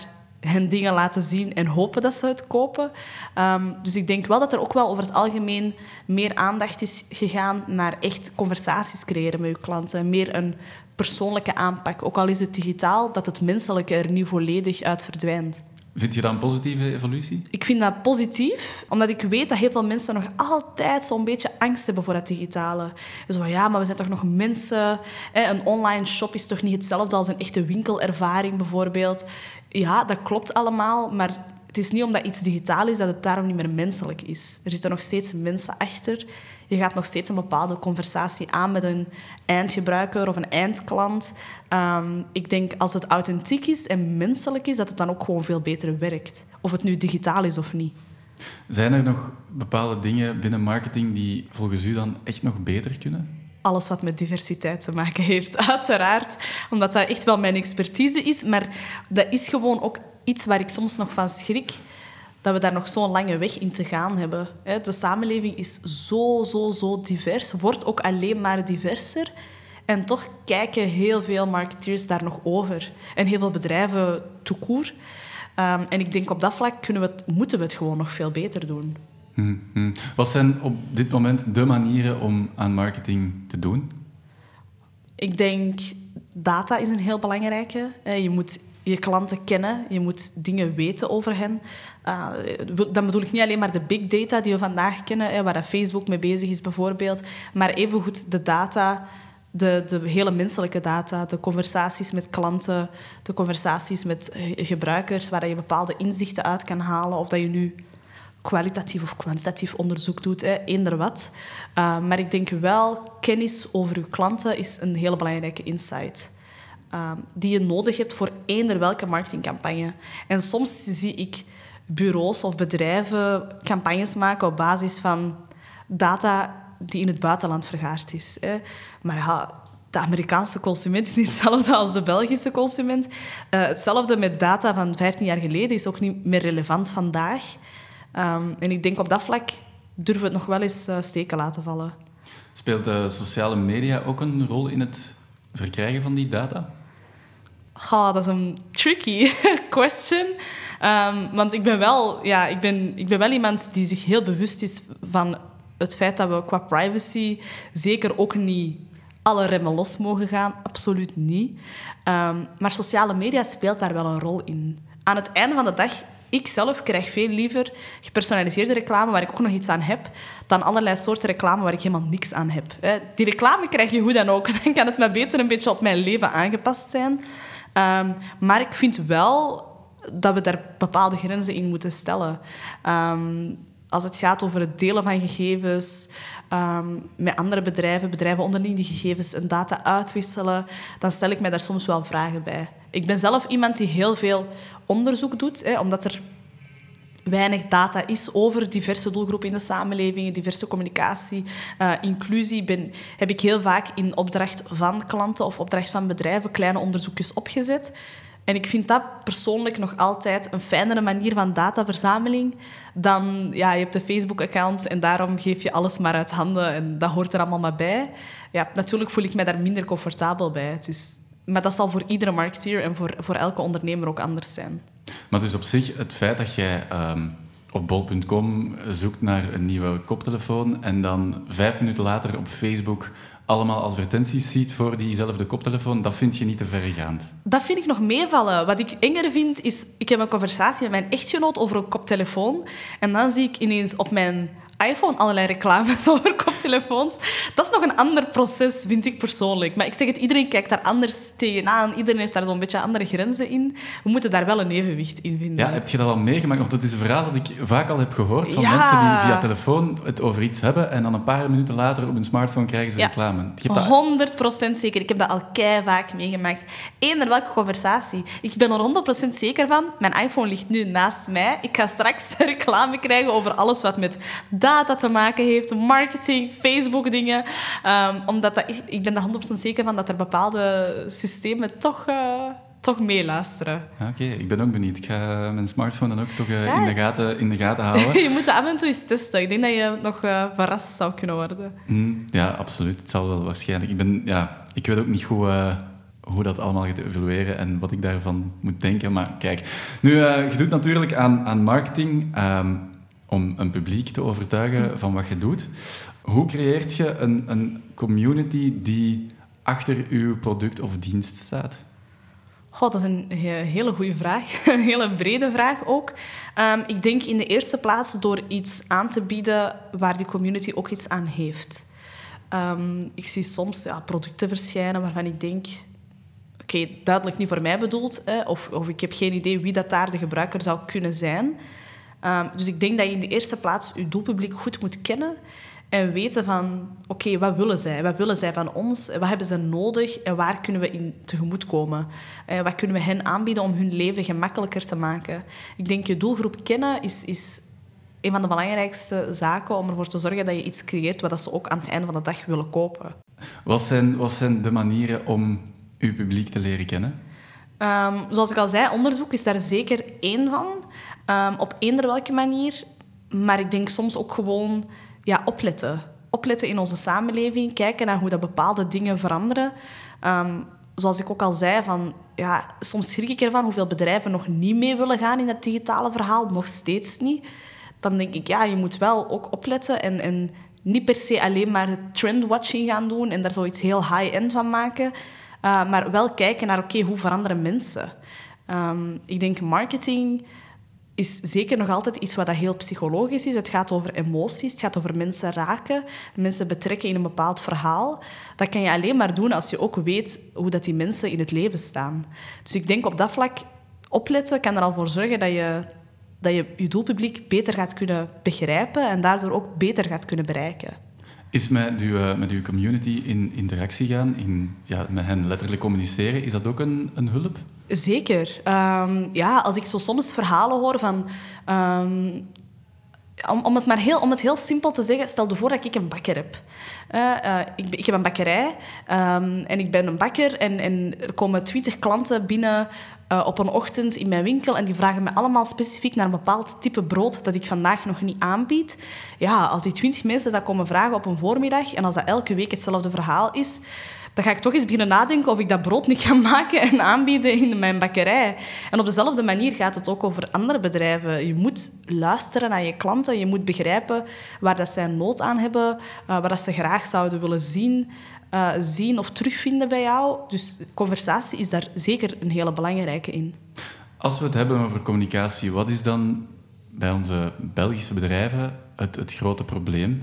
hen dingen laten zien en hopen dat ze het kopen. Um, dus ik denk wel dat er ook wel over het algemeen meer aandacht is gegaan naar echt conversaties creëren met je klanten. Meer een persoonlijke aanpak. Ook al is het digitaal, dat het menselijke er niet volledig uit verdwijnt. Vind je dat een positieve evolutie? Ik vind dat positief, omdat ik weet dat heel veel mensen nog altijd zo'n beetje angst hebben voor het digitale. En zo, ja, maar we zijn toch nog mensen. Hè? Een online shop is toch niet hetzelfde als een echte winkelervaring, bijvoorbeeld. Ja, dat klopt allemaal, maar het is niet omdat iets digitaal is dat het daarom niet meer menselijk is. Er zitten nog steeds mensen achter. Je gaat nog steeds een bepaalde conversatie aan met een eindgebruiker of een eindklant. Um, ik denk als het authentiek is en menselijk is, dat het dan ook gewoon veel beter werkt. Of het nu digitaal is of niet. Zijn er nog bepaalde dingen binnen marketing die volgens u dan echt nog beter kunnen? Alles wat met diversiteit te maken heeft, uiteraard. Omdat dat echt wel mijn expertise is. Maar dat is gewoon ook iets waar ik soms nog van schrik. Dat we daar nog zo'n lange weg in te gaan hebben. De samenleving is zo, zo, zo divers. Wordt ook alleen maar diverser. En toch kijken heel veel marketeers daar nog over. En heel veel bedrijven tout court. Um, en ik denk op dat vlak kunnen we het, moeten we het gewoon nog veel beter doen. Hmm. Wat zijn op dit moment de manieren om aan marketing te doen? Ik denk data is een heel belangrijke. Je moet je klanten kennen, je moet dingen weten over hen. Uh, dan bedoel ik niet alleen maar de big data die we vandaag kennen, waar Facebook mee bezig is bijvoorbeeld, maar evengoed de data, de, de hele menselijke data, de conversaties met klanten, de conversaties met gebruikers, waar je bepaalde inzichten uit kan halen, of dat je nu kwalitatief of kwantitatief onderzoek doet, hè, eender wat. Uh, maar ik denk wel, kennis over je klanten is een hele belangrijke insight. Uh, die je nodig hebt voor eender welke marketingcampagne. En soms zie ik bureaus of bedrijven campagnes maken op basis van data die in het buitenland vergaard is. Hè. Maar ja, de Amerikaanse consument is niet hetzelfde als de Belgische consument. Uh, hetzelfde met data van vijftien jaar geleden is ook niet meer relevant vandaag. Um, en ik denk op dat vlak durven we het nog wel eens uh, steken laten vallen. Speelt de sociale media ook een rol in het verkrijgen van die data? Oh, dat is een tricky question. Um, want ik ben, wel, ja, ik, ben, ik ben wel iemand die zich heel bewust is van het feit dat we qua privacy zeker ook niet alle remmen los mogen gaan. Absoluut niet. Um, maar sociale media speelt daar wel een rol in. Aan het einde van de dag, ik zelf krijg veel liever gepersonaliseerde reclame waar ik ook nog iets aan heb, dan allerlei soorten reclame waar ik helemaal niks aan heb. Die reclame krijg je hoe dan ook. Dan kan het maar beter een beetje op mijn leven aangepast zijn. Um, maar ik vind wel dat we daar bepaalde grenzen in moeten stellen. Um, als het gaat over het delen van gegevens um, met andere bedrijven, bedrijven onderling die gegevens en data uitwisselen, dan stel ik mij daar soms wel vragen bij. Ik ben zelf iemand die heel veel onderzoek doet, hè, omdat er weinig data is over diverse doelgroepen in de samenleving, diverse communicatie, uh, inclusie. Ben, heb ik heel vaak in opdracht van klanten of opdracht van bedrijven kleine onderzoekjes opgezet. En ik vind dat persoonlijk nog altijd een fijnere manier van dataverzameling dan, ja, je hebt een Facebook-account en daarom geef je alles maar uit handen en dat hoort er allemaal maar bij. Ja, natuurlijk voel ik mij daar minder comfortabel bij. Dus, maar dat zal voor iedere marketeer en voor, voor elke ondernemer ook anders zijn. Maar dus op zich, het feit dat jij um, op bol punt com zoekt naar een nieuwe koptelefoon en dan vijf minuten later op Facebook allemaal advertenties ziet voor diezelfde koptelefoon, dat vind je niet te verregaand? Dat vind ik nog meevallen. Wat ik enger vind, is... Ik heb een conversatie met mijn echtgenoot over een koptelefoon en dan zie ik ineens op mijn iPhone allerlei reclames over koptelefoons. Dat is nog een ander proces, vind ik persoonlijk. Maar ik zeg het, iedereen kijkt daar anders tegenaan. Iedereen heeft daar zo'n beetje andere grenzen in. We moeten daar wel een evenwicht in vinden. Ja, heb je dat al meegemaakt? Want het is een verhaal dat ik vaak al heb gehoord van ja. mensen die via telefoon het over iets hebben en dan een paar minuten later op hun smartphone krijgen ze ja. reclame. Je hebt dat... honderd procent zeker. Ik heb dat al kei vaak meegemaakt. Eender welke conversatie. Ik ben er honderd procent zeker van. Mijn iPhone ligt nu naast mij. Ik ga straks reclame krijgen over alles wat met data te maken heeft, marketing, Facebook-dingen. Um, omdat dat, ik ben er honderd procent zeker van dat er bepaalde systemen toch, uh, toch meeluisteren. Oké, okay, ik ben ook benieuwd. Ik ga mijn smartphone dan ook toch uh, ja. in, de gaten, in de gaten houden. Je moet het af en toe eens testen. Ik denk dat je nog uh, verrast zou kunnen worden. Mm, ja, absoluut. Het zal wel waarschijnlijk. Ik, ben, ja, ik weet ook niet goed... Uh, hoe dat allemaal gaat evolueren en wat ik daarvan moet denken. Maar kijk, nu, uh, je doet natuurlijk aan, aan marketing um, om een publiek te overtuigen van wat je doet. Hoe creëert je een, een community die achter je product of dienst staat? Goh, dat is een hele goede vraag. Een hele brede vraag ook. Um, ik denk in de eerste plaats door iets aan te bieden waar die community ook iets aan heeft. Um, ik zie soms ja, producten verschijnen waarvan ik denk... Oké, okay, duidelijk niet voor mij bedoeld. Hè, of, of ik heb geen idee wie dat daar de gebruiker zou kunnen zijn. Um, dus ik denk dat je in de eerste plaats je doelpubliek goed moet kennen... En weten van, oké, okay, wat willen zij? Wat willen zij van ons? Wat hebben ze nodig? En waar kunnen we in tegemoetkomen? En wat kunnen we hen aanbieden om hun leven gemakkelijker te maken? Ik denk, je doelgroep kennen is, is een van de belangrijkste zaken om ervoor te zorgen dat je iets creëert wat ze ook aan het einde van de dag willen kopen. Wat zijn, wat zijn de manieren om uw publiek te leren kennen? Um, zoals ik al zei, onderzoek is daar zeker één van. Um, op eender welke manier. Maar ik denk soms ook gewoon... Ja, opletten. Opletten in onze samenleving. Kijken naar hoe dat bepaalde dingen veranderen. Um, zoals ik ook al zei, van, ja, soms schrik ik ervan hoeveel bedrijven nog niet mee willen gaan in dat digitale verhaal. Nog steeds niet. Dan denk ik, ja, je moet wel ook opletten. En, en niet per se alleen maar trendwatching gaan doen en daar zoiets heel high-end van maken. Uh, maar wel kijken naar, oké, okay, hoe veranderen mensen? Um, ik denk marketing... is zeker nog altijd iets wat heel psychologisch is. Het gaat over emoties, het gaat over mensen raken, mensen betrekken in een bepaald verhaal. Dat kan je alleen maar doen als je ook weet hoe dat die mensen in het leven staan. Dus ik denk op dat vlak opletten kan er al voor zorgen dat je dat je, je doelpubliek beter gaat kunnen begrijpen en daardoor ook beter gaat kunnen bereiken. Is met uw, met uw community in interactie gaan, in, ja, met hen letterlijk communiceren, is dat ook een, een hulp? Zeker. Um, ja, als ik zo soms verhalen hoor van... Um, om, om, het maar heel, om het heel simpel te zeggen, stel je voor dat ik een bakker heb. Uh, uh, ik, ik heb een bakkerij um, en ik ben een bakker en, en er komen twintig klanten binnen uh, op een ochtend in mijn winkel en die vragen me allemaal specifiek naar een bepaald type brood dat ik vandaag nog niet aanbied. Ja, als die twintig mensen dat komen vragen op een voormiddag en als dat elke week hetzelfde verhaal is... dan ga ik toch eens beginnen nadenken of ik dat brood niet kan maken en aanbieden in mijn bakkerij. En op dezelfde manier gaat het ook over andere bedrijven. Je moet luisteren naar je klanten. Je moet begrijpen waar dat zij nood aan hebben, uh, waar dat ze graag zouden willen zien, uh, zien of terugvinden bij jou. Dus conversatie is daar zeker een hele belangrijke in. Als we het hebben over communicatie, wat is dan bij onze Belgische bedrijven het, het grote probleem?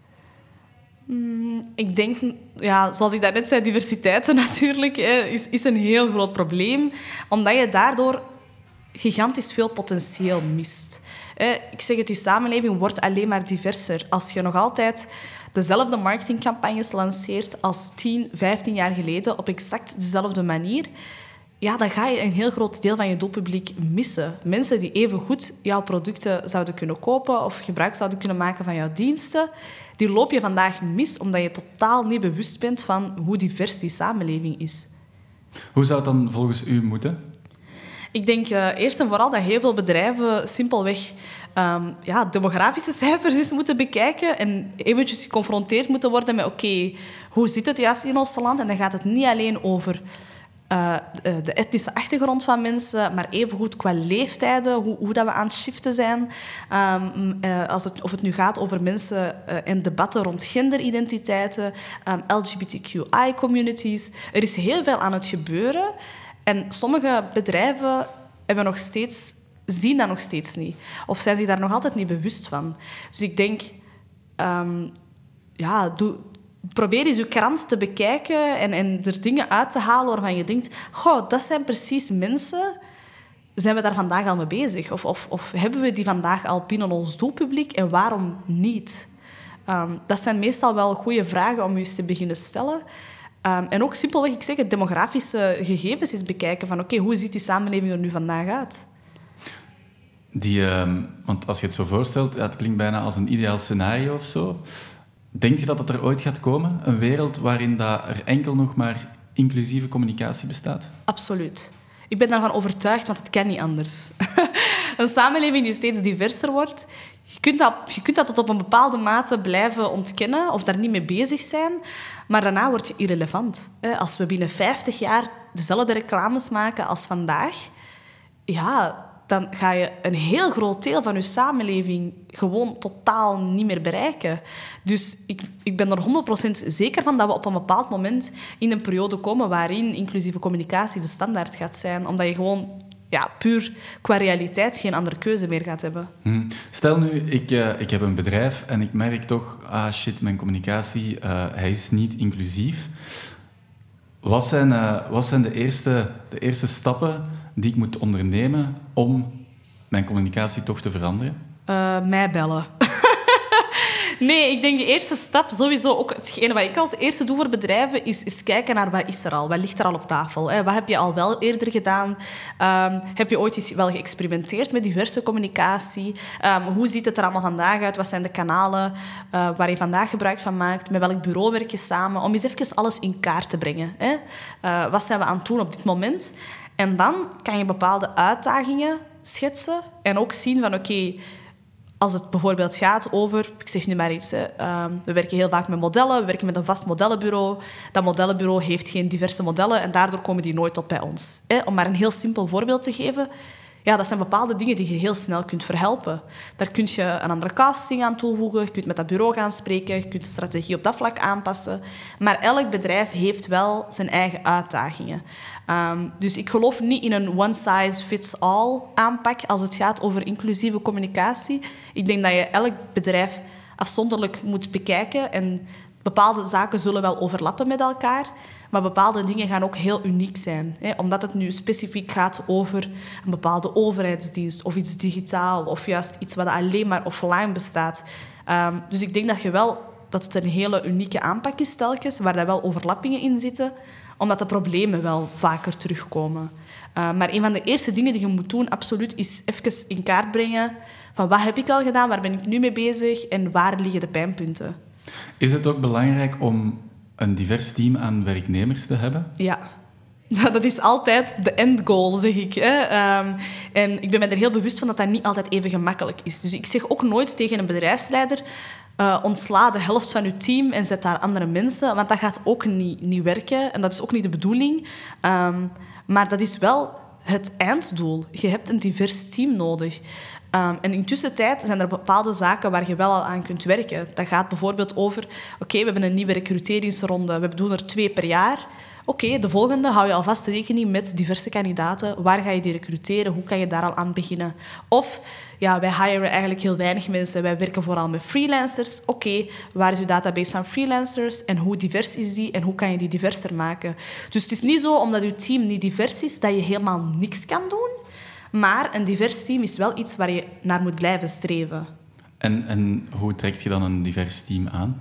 Mm, ik denk, ja, zoals ik daarnet zei, diversiteit natuurlijk is, is een heel groot probleem. Omdat je daardoor gigantisch veel potentieel mist. Ik zeg het, die samenleving wordt alleen maar diverser. Als je nog altijd dezelfde marketingcampagnes lanceert als tien, vijftien jaar geleden op exact dezelfde manier, ja, dan ga je een heel groot deel van je doelpubliek missen. Mensen die evengoed jouw producten zouden kunnen kopen of gebruik zouden kunnen maken van jouw diensten, die loop je vandaag mis omdat je totaal niet bewust bent van hoe divers die samenleving is. Hoe zou het dan volgens u moeten? Ik denk uh, eerst en vooral dat heel veel bedrijven simpelweg um, ja, demografische cijfers eens moeten bekijken en eventjes geconfronteerd moeten worden met oké, okay, hoe zit het juist in ons land? En dan gaat het niet alleen over Uh, de etnische achtergrond van mensen, maar evengoed qua leeftijden, hoe, hoe dat we aan het shiften zijn. Um, uh, als het, of het nu gaat over mensen uh, en debatten rond genderidentiteiten, um, L G B T Q I-communities. Er is heel veel aan het gebeuren. En sommige bedrijven hebben nog steeds, zien dat nog steeds niet. Of zijn zich daar nog altijd niet bewust van. Dus ik denk... Um, ja, doe... Probeer eens je krant te bekijken en, en er dingen uit te halen waarvan je denkt, goh, dat zijn precies mensen. Zijn we daar vandaag al mee bezig? Of, of, of hebben we die vandaag al binnen ons doelpubliek en waarom niet? Um, dat zijn meestal wel goede vragen om je eens te beginnen stellen. Um, en ook simpelweg, ik zeg het, demografische gegevens eens bekijken van oké, okay, hoe ziet die samenleving er nu vandaag uit? Die, um, want als je het zo voorstelt, ja, het klinkt bijna als een ideaal scenario of zo. Denk je dat het er ooit gaat komen? Een wereld waarin dat er enkel nog maar inclusieve communicatie bestaat? Absoluut. Ik ben daarvan overtuigd, want het kan niet anders. een samenleving die steeds diverser wordt. Je kunt, dat, je kunt dat tot op een bepaalde mate blijven ontkennen of daar niet mee bezig zijn, maar daarna word je irrelevant. Als we binnen vijftig jaar dezelfde reclames maken als vandaag, ja, dan ga je een heel groot deel van je samenleving gewoon totaal niet meer bereiken. Dus ik, ik ben er honderd procent zeker van dat we op een bepaald moment in een periode komen waarin inclusieve communicatie de standaard gaat zijn, omdat je gewoon ja, puur qua realiteit geen andere keuze meer gaat hebben. Hmm. Stel nu, ik, uh, ik heb een bedrijf en ik merk toch, ah shit, mijn communicatie, uh, hij is niet inclusief. Wat zijn, uh, wat zijn de, eerste, de eerste stappen die ik moet ondernemen om mijn communicatie toch te veranderen? Uh, mij bellen. Nee, ik denk de eerste stap, sowieso ook hetgene wat ik als eerste doe voor bedrijven, is, is kijken naar wat is er al, wat ligt er al op tafel. Hè? Wat heb je al wel eerder gedaan? Um, heb je ooit eens wel geëxperimenteerd met diverse communicatie? Um, hoe ziet het er allemaal vandaag uit? Wat zijn de kanalen uh, waar je vandaag gebruik van maakt? Met welk bureau werk je samen? Om eens even alles in kaart te brengen. Hè? Uh, wat zijn we aan het doen op dit moment? En dan kan je bepaalde uitdagingen schetsen en ook zien van oké, okay, als het bijvoorbeeld gaat over, ik zeg nu maar iets, hè, um, we werken heel vaak met modellen, we werken met een vast modellenbureau. Dat modellenbureau heeft geen diverse modellen en daardoor komen die nooit tot bij ons. Hè. Om maar een heel simpel voorbeeld te geven, ja, dat zijn bepaalde dingen die je heel snel kunt verhelpen. Daar kun je een andere casting aan toevoegen, je kunt met dat bureau gaan spreken, je kunt de strategie op dat vlak aanpassen. Maar elk bedrijf heeft wel zijn eigen uitdagingen. Um, dus ik geloof niet in een one-size-fits-all aanpak als het gaat over inclusieve communicatie. Ik denk dat je elk bedrijf afzonderlijk moet bekijken en bepaalde zaken zullen wel overlappen met elkaar, maar bepaalde dingen gaan ook heel uniek zijn. Hè? Omdat het nu specifiek gaat over een bepaalde overheidsdienst of iets digitaal of juist iets wat alleen maar offline bestaat. Um, dus ik denk dat, je wel, dat het een hele unieke aanpak is telkens, waar daar wel overlappingen in zitten, omdat de problemen wel vaker terugkomen. Uh, maar een van de eerste dingen die je moet doen, absoluut, is even in kaart brengen van wat heb ik al gedaan, waar ben ik nu mee bezig en waar liggen de pijnpunten. Is het ook belangrijk om een divers team aan werknemers te hebben? Ja. Dat is altijd de end goal, zeg ik. Hè. Um, en ik ben me er heel bewust van dat dat niet altijd even gemakkelijk is. Dus ik zeg ook nooit tegen een bedrijfsleider, Uh, ontsla de helft van je team en zet daar andere mensen. Want dat gaat ook niet, niet werken. En dat is ook niet de bedoeling. Um, maar dat is wel het einddoel. Je hebt een divers team nodig. Um, en intussen tijd zijn er bepaalde zaken waar je wel al aan kunt werken. Dat gaat bijvoorbeeld over, oké, okay, we hebben een nieuwe recruteringsronde. We doen er twee per jaar. Oké, okay, de volgende hou je alvast rekening met diverse kandidaten. Waar ga je die recruteren? Hoe kan je daar al aan beginnen? Of, ja, wij hiren eigenlijk heel weinig mensen. Wij werken vooral met freelancers. Oké, okay, waar is uw database van freelancers? En hoe divers is die? En hoe kan je die diverser maken? Dus het is niet zo, omdat je team niet divers is, dat je helemaal niks kan doen. Maar een divers team is wel iets waar je naar moet blijven streven. En, en hoe trek je dan een divers team aan?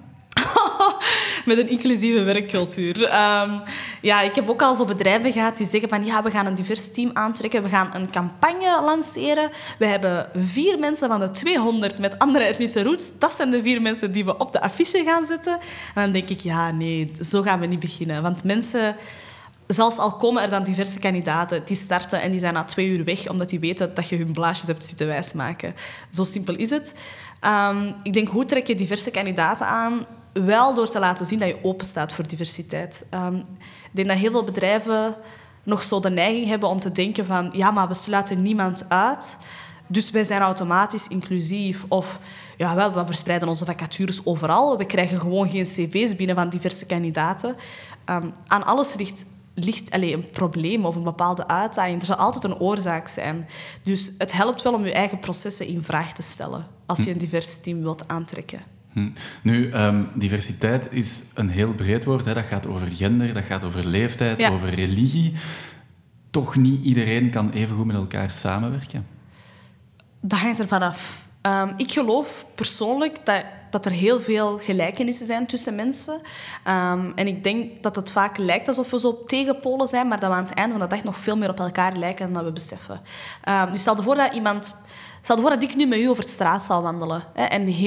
Met een inclusieve werkcultuur. Um, ja, ik heb ook al zo bedrijven gehad die zeggen van ja, we gaan een divers team aantrekken, we gaan een campagne lanceren. We hebben vier mensen van de tweehonderd met andere etnische roots. Dat zijn de vier mensen die we op de affiche gaan zetten. En dan denk ik, ja, nee, zo gaan we niet beginnen. Want mensen, zelfs al komen er dan diverse kandidaten, die starten en die zijn na twee uur weg, omdat die weten dat je hun blaasjes hebt zitten wijsmaken. Zo simpel is het. Um, ik denk, hoe trek je diverse kandidaten aan? Wel door te laten zien dat je open staat voor diversiteit. Um, ik denk dat heel veel bedrijven nog zo de neiging hebben om te denken van ja, maar we sluiten niemand uit, dus wij zijn automatisch inclusief. Of ja, wel, we verspreiden onze vacatures overal. We krijgen gewoon geen cv's binnen van diverse kandidaten. Um, aan alles ligt, ligt allez, een probleem of een bepaalde uitdaging. Er zal altijd een oorzaak zijn. Dus het helpt wel om je eigen processen in vraag te stellen als je een divers team wilt aantrekken. Hm. Nu, um, diversiteit is een heel breed woord. Hè. Dat gaat over gender, dat gaat over leeftijd, ja. over religie. Toch niet iedereen kan even goed met elkaar samenwerken? Dat hangt ervan af. Um, ik geloof persoonlijk dat, dat er heel veel gelijkenissen zijn tussen mensen. Um, en ik denk dat het vaak lijkt alsof we zo tegenpolen zijn, maar dat we aan het einde van de dag nog veel meer op elkaar lijken dan dat we beseffen. Um, nu stel je voor dat iemand... Stel je voor dat ik nu met u over de straat zal wandelen. Hè, en heel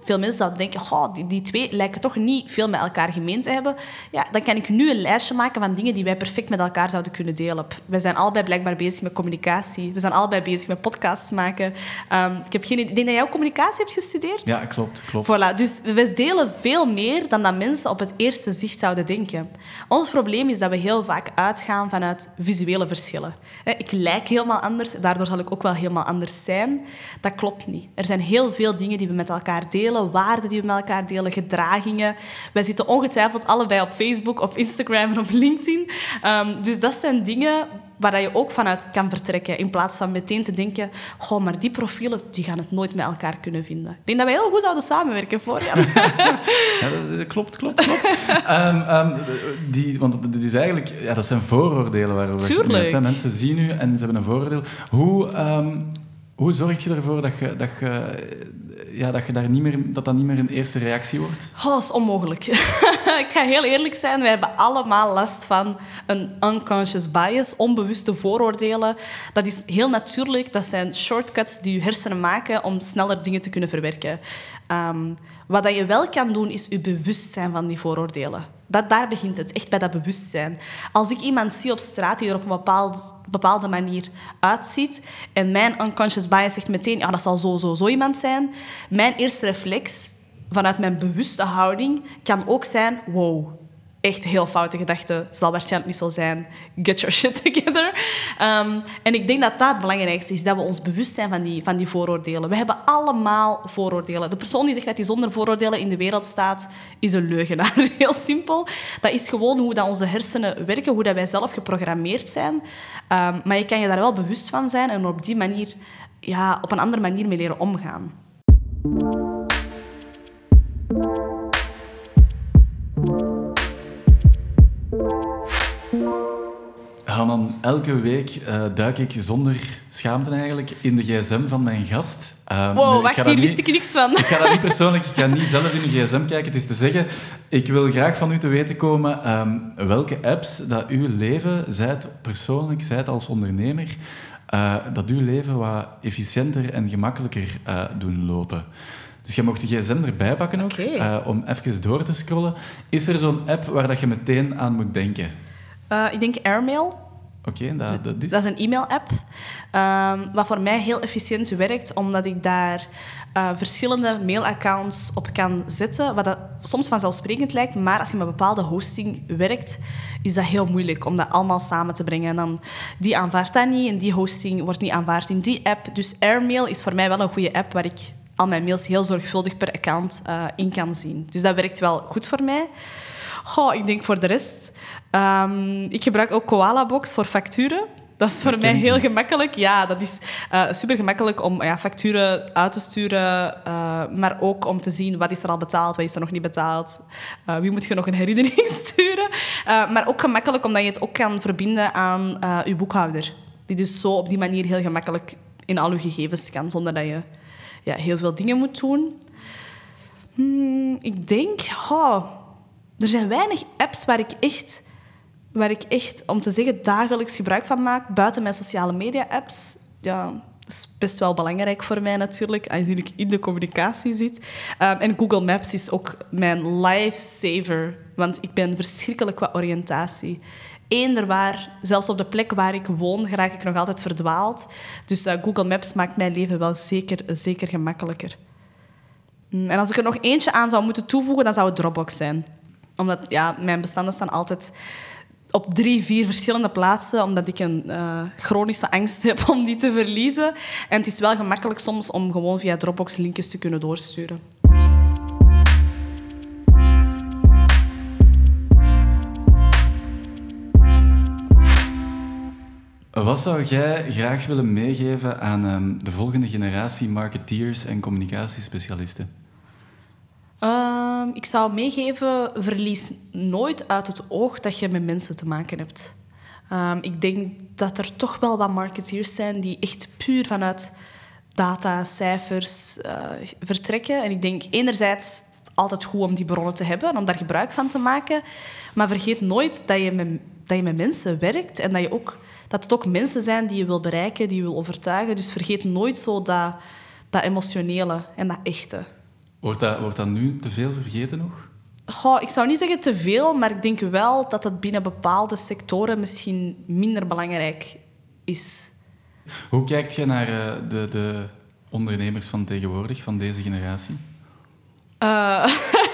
veel mensen zouden denken, oh, die, die twee lijken toch niet veel met elkaar gemeen te hebben. Ja, dan kan ik nu een lijstje maken van dingen die wij perfect met elkaar zouden kunnen delen. We zijn allebei blijkbaar bezig met communicatie. We zijn allebei bezig met podcasts maken. Um, ik heb geen idee. Ik denk dat jij ook communicatie hebt gestudeerd? Ja, klopt. klopt. Voilà, dus we delen veel meer dan dat mensen op het eerste zicht zouden denken. Ons probleem is dat we heel vaak uitgaan vanuit visuele verschillen. Ik lijk helemaal anders, daardoor zal ik ook wel helemaal anders zijn. Dat klopt niet. Er zijn heel veel dingen die we met elkaar delen, waarden die we met elkaar delen, gedragingen. Wij zitten ongetwijfeld allebei op Facebook, op Instagram en op LinkedIn. Um, dus dat zijn dingen waar je ook vanuit kan vertrekken, in plaats van meteen te denken, goh, maar die profielen die gaan het nooit met elkaar kunnen vinden. Ik denk dat wij heel goed zouden samenwerken, Florian. Ja, dat klopt, klopt, klopt. um, um, die, want dat is eigenlijk, ja, dat zijn vooroordelen waarover je het hebt. Mensen zien u en ze hebben een vooroordeel. Hoe, um, hoe zorg je ervoor dat je, dat je, ja, dat je daar niet meer, dat dat niet meer een eerste reactie wordt? Oh, dat is onmogelijk. Ik ga heel eerlijk zijn, wij hebben allemaal last van een unconscious bias, onbewuste vooroordelen. Dat is heel natuurlijk. Dat zijn shortcuts die je hersenen maken om sneller dingen te kunnen verwerken. Um, wat je wel kan doen, is je bewust zijn van die vooroordelen. Dat, daar begint het, echt bij dat bewustzijn. Als ik iemand zie op straat die er op een bepaald, bepaalde manier uitziet en mijn unconscious bias zegt meteen, ja, dat zal zo, zo, zo iemand zijn. Mijn eerste reflex vanuit mijn bewuste houding kan ook zijn, wow, echt heel foute gedachte, zal waarschijnlijk niet zo zijn. Get your shit together. Um, en ik denk dat dat het belangrijkste is, dat we ons bewust zijn van die, van die vooroordelen. We hebben allemaal vooroordelen. De persoon die zegt dat hij zonder vooroordelen in de wereld staat, is een leugenaar. Heel simpel. Dat is gewoon hoe dat onze hersenen werken, hoe dat wij zelf geprogrammeerd zijn. Um, maar je kan je daar wel bewust van zijn en op die manier, ja, op een andere manier mee leren omgaan. Hanan, elke week uh, duik ik zonder schaamte eigenlijk in de gsm van mijn gast. Um, wow, wacht, hier wist ik niks van. Ik ga dat niet persoonlijk, ik ga niet zelf in de gsm kijken. Het is te zeggen, ik wil graag van u te weten komen um, welke apps dat uw leven, zij het persoonlijk, zij het als ondernemer, uh, dat uw leven wat efficiënter en gemakkelijker uh, doen lopen. Dus je mocht de gsm erbij pakken ook, okay. uh, om even door te scrollen. Is er zo'n app waar dat je meteen aan moet denken? Uh, ik denk Airmail. Oké, okay, dat, dat is... Dat is een e-mail-app, um, wat voor mij heel efficiënt werkt, omdat ik daar uh, verschillende mailaccounts op kan zetten, wat dat soms vanzelfsprekend lijkt, maar als je met bepaalde hosting werkt, is dat heel moeilijk om dat allemaal samen te brengen. En dan, die aanvaardt dat niet en die hosting wordt niet aanvaard in die app. Dus Airmail is voor mij wel een goede app waar ik al mijn mails heel zorgvuldig per account uh, in kan zien. Dus dat werkt wel goed voor mij. Oh, ik denk voor de rest... Um, ik gebruik ook Koalabox voor facturen. Dat is voor dat mij heel gemakkelijk. Ja, dat is uh, super gemakkelijk om ja, facturen uit te sturen, uh, maar ook om te zien wat is er al betaald, wat is er nog niet betaald. Uh, wie moet je nog een herinnering sturen? Uh, maar ook gemakkelijk omdat je het ook kan verbinden aan uh, je boekhouder. Die dus zo op die manier heel gemakkelijk in al je gegevens kan, zonder dat je ja, heel veel dingen moet doen. Hmm, ik denk... Oh, er zijn weinig apps waar ik echt... waar ik echt, om te zeggen, dagelijks gebruik van maak, buiten mijn sociale media-apps. Ja, dat is best wel belangrijk voor mij natuurlijk, aangezien ik in de communicatie zit. Um, en Google Maps is ook mijn lifesaver, want ik ben verschrikkelijk qua oriëntatie. Eender waar, zelfs op de plek waar ik woon, raak ik nog altijd verdwaald. Dus uh, Google Maps maakt mijn leven wel zeker, zeker gemakkelijker. En als ik er nog eentje aan zou moeten toevoegen, dan zou het Dropbox zijn. Omdat ja, mijn bestanden staan altijd op drie, vier verschillende plaatsen, omdat ik een uh, chronische angst heb om die te verliezen. En het is wel gemakkelijk soms om gewoon via Dropbox linkjes te kunnen doorsturen. Wat zou jij graag willen meegeven aan um, de volgende generatie marketeers en communicatiespecialisten? Um, ik zou meegeven, verlies nooit uit het oog dat je met mensen te maken hebt. Um, ik denk dat er toch wel wat marketeers zijn die echt puur vanuit data, cijfers uh, vertrekken. En ik denk enerzijds altijd goed om die bronnen te hebben, om daar gebruik van te maken. Maar vergeet nooit dat je met, dat je met mensen werkt en dat, je ook, dat het ook mensen zijn die je wil bereiken, die je wil overtuigen. Dus vergeet nooit zo dat, dat emotionele en dat echte. Wordt dat, wordt dat nu te veel vergeten nog? Goh, ik zou niet zeggen te veel, maar ik denk wel dat het binnen bepaalde sectoren misschien minder belangrijk is. Hoe kijkt je naar uh, de, de ondernemers van tegenwoordig, van deze generatie? Uh,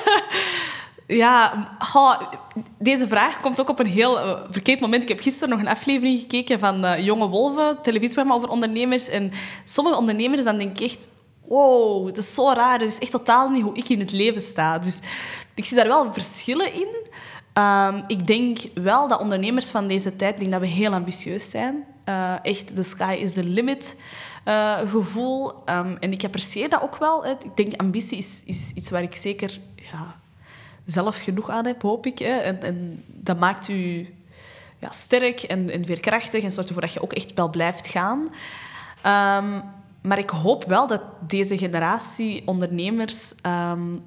ja, goh, deze vraag komt ook op een heel uh, verkeerd moment. Ik heb gisteren nog een aflevering gekeken van uh, Jonge Wolven, televisieprogramma over ondernemers. En sommige ondernemers, dan denk ik echt... Wow, dat is zo raar. Dat is echt totaal niet hoe ik in het leven sta. Dus ik zie daar wel verschillen in. Um, ik denk wel dat ondernemers van deze tijd... Ik denk dat we heel ambitieus zijn. Uh, echt, the sky is the limit uh, gevoel. Um, en ik apprecieer dat ook wel. Hè. Ik denk, ambitie is, is iets waar ik zeker ja, zelf genoeg aan heb, hoop ik. Hè. En, en dat maakt u ja, sterk en, en veerkrachtig en zorgt ervoor dat je ook echt wel blijft gaan. Um, maar ik hoop wel dat deze generatie ondernemers... Um,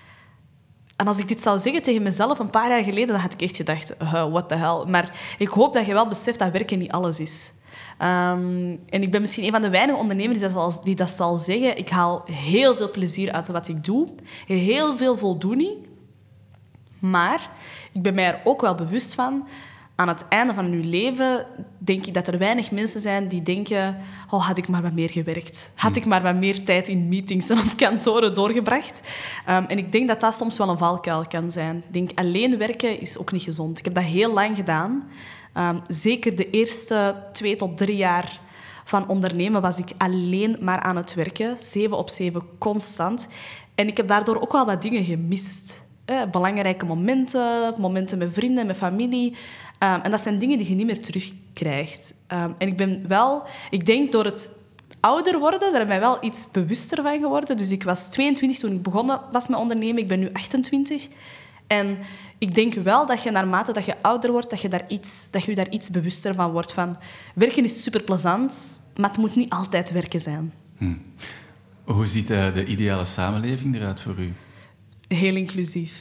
en als ik dit zou zeggen tegen mezelf een paar jaar geleden, dan had ik echt gedacht, uh, what the hell. Maar ik hoop dat je wel beseft dat werken niet alles is. Um, en ik ben misschien een van de weinige ondernemers die dat, zal, die dat zal zeggen. Ik haal heel veel plezier uit wat ik doe. Heel veel voldoening. Maar ik ben mij er ook wel bewust van... Aan het einde van uw leven denk ik dat er weinig mensen zijn die denken... Oh, had ik maar wat meer gewerkt. Had ik maar wat meer tijd in meetings en op kantoren doorgebracht. Um, en ik denk dat dat soms wel een valkuil kan zijn. Ik denk, alleen werken is ook niet gezond. Ik heb dat heel lang gedaan. Um, zeker de eerste twee tot drie jaar van ondernemen was ik alleen maar aan het werken. Zeven op zeven, constant. En ik heb daardoor ook wel wat dingen gemist. Eh, belangrijke momenten, momenten met vrienden, met familie... Um, en dat zijn dingen die je niet meer terugkrijgt. Um, en ik ben wel... Ik denk door het ouder worden, daar ben ik mij wel iets bewuster van geworden. Dus ik was tweeëntwintig toen ik begonnen was met ondernemen. Ik ben nu achtentwintig. En ik denk wel dat je naarmate dat je ouder wordt, dat je daar iets, dat je daar iets bewuster van wordt. Van, werken is superplezant, maar het moet niet altijd werken zijn. Hm. Hoe ziet uh, de ideale samenleving eruit voor u? Heel inclusief.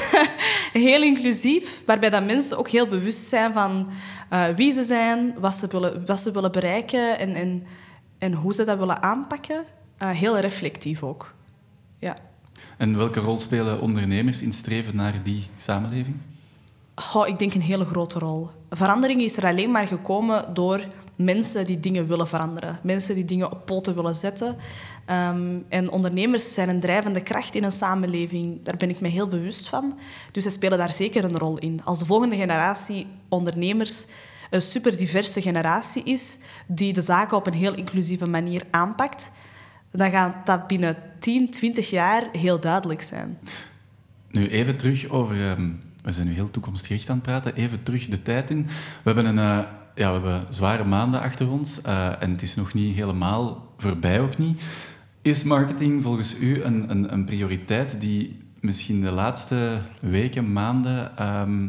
Heel inclusief, waarbij dat mensen ook heel bewust zijn van uh, wie ze zijn, wat ze willen, wat ze willen bereiken en, en, en hoe ze dat willen aanpakken. Uh, heel reflectief ook. Ja. En welke rol spelen ondernemers in streven naar die samenleving? Oh, ik denk een hele grote rol. Verandering is er alleen maar gekomen door mensen die dingen willen veranderen. Mensen die dingen op poten willen zetten. Um, en ondernemers zijn een drijvende kracht in een samenleving. Daar ben ik me heel bewust van. Dus ze spelen daar zeker een rol in. Als de volgende generatie ondernemers een superdiverse generatie is, die de zaken op een heel inclusieve manier aanpakt, dan gaat dat binnen tien, twintig jaar heel duidelijk zijn. Nu, even terug over... Um, we zijn nu heel toekomstgericht aan het praten. Even terug de tijd in. We hebben een... Uh, Ja, we hebben zware maanden achter ons uh, en het is nog niet helemaal voorbij ook niet. Is marketing volgens u een, een, een prioriteit die misschien de laatste weken, maanden, um,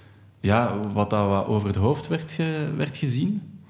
ja, wat, dat, wat over het hoofd werd, ge, werd gezien?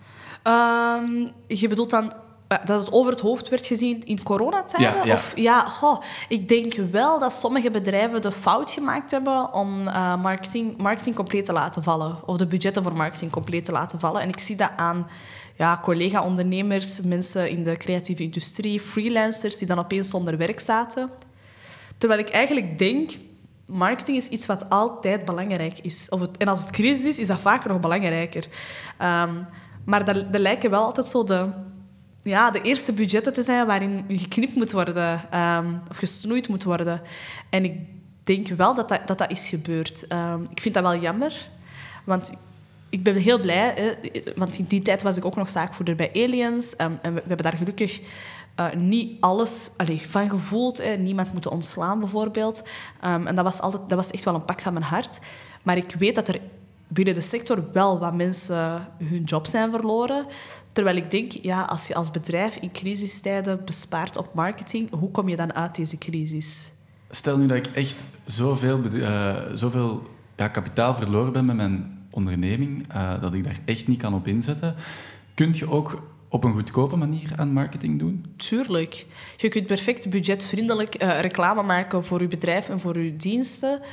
Um, je bedoelt dan dat het over het hoofd werd gezien in coronatijden? Ja, ja. Of, ja goh, ik denk wel dat sommige bedrijven de fout gemaakt hebben om uh, marketing, marketing compleet te laten vallen. Of de budgetten voor marketing compleet te laten vallen. En ik zie dat aan ja, collega-ondernemers, mensen in de creatieve industrie, freelancers die dan opeens zonder werk zaten. Terwijl ik eigenlijk denk, marketing is iets wat altijd belangrijk is. Of het, en als het crisis is, is dat vaker nog belangrijker. Um, maar dat, dat lijken wel altijd zo de... Ja, de eerste budgetten te zijn waarin geknipt moet worden um, of gesnoeid moet worden. En ik denk wel dat dat, dat, dat is gebeurd. Um, ik vind dat wel jammer, want ik ben heel blij. Hè, want in die tijd was ik ook nog zaakvoerder bij Aliens. Um, en we, we hebben daar gelukkig uh, niet alles allez, van gevoeld. Hè. Niemand moeten ontslaan, bijvoorbeeld. Um, en dat was, altijd, dat was echt wel een pak van mijn hart. Maar ik weet dat er binnen de sector wel wat mensen hun job zijn verloren. Terwijl ik denk, ja, als je als bedrijf in crisistijden bespaart op marketing, hoe kom je dan uit deze crisis? Stel nu dat ik echt zoveel, uh, zoveel ja, kapitaal verloren ben met mijn onderneming, uh, dat ik daar echt niet kan op inzetten. Kun je ook op een goedkope manier aan marketing doen? Tuurlijk. Je kunt perfect budgetvriendelijk uh, reclame maken voor je bedrijf en voor je diensten.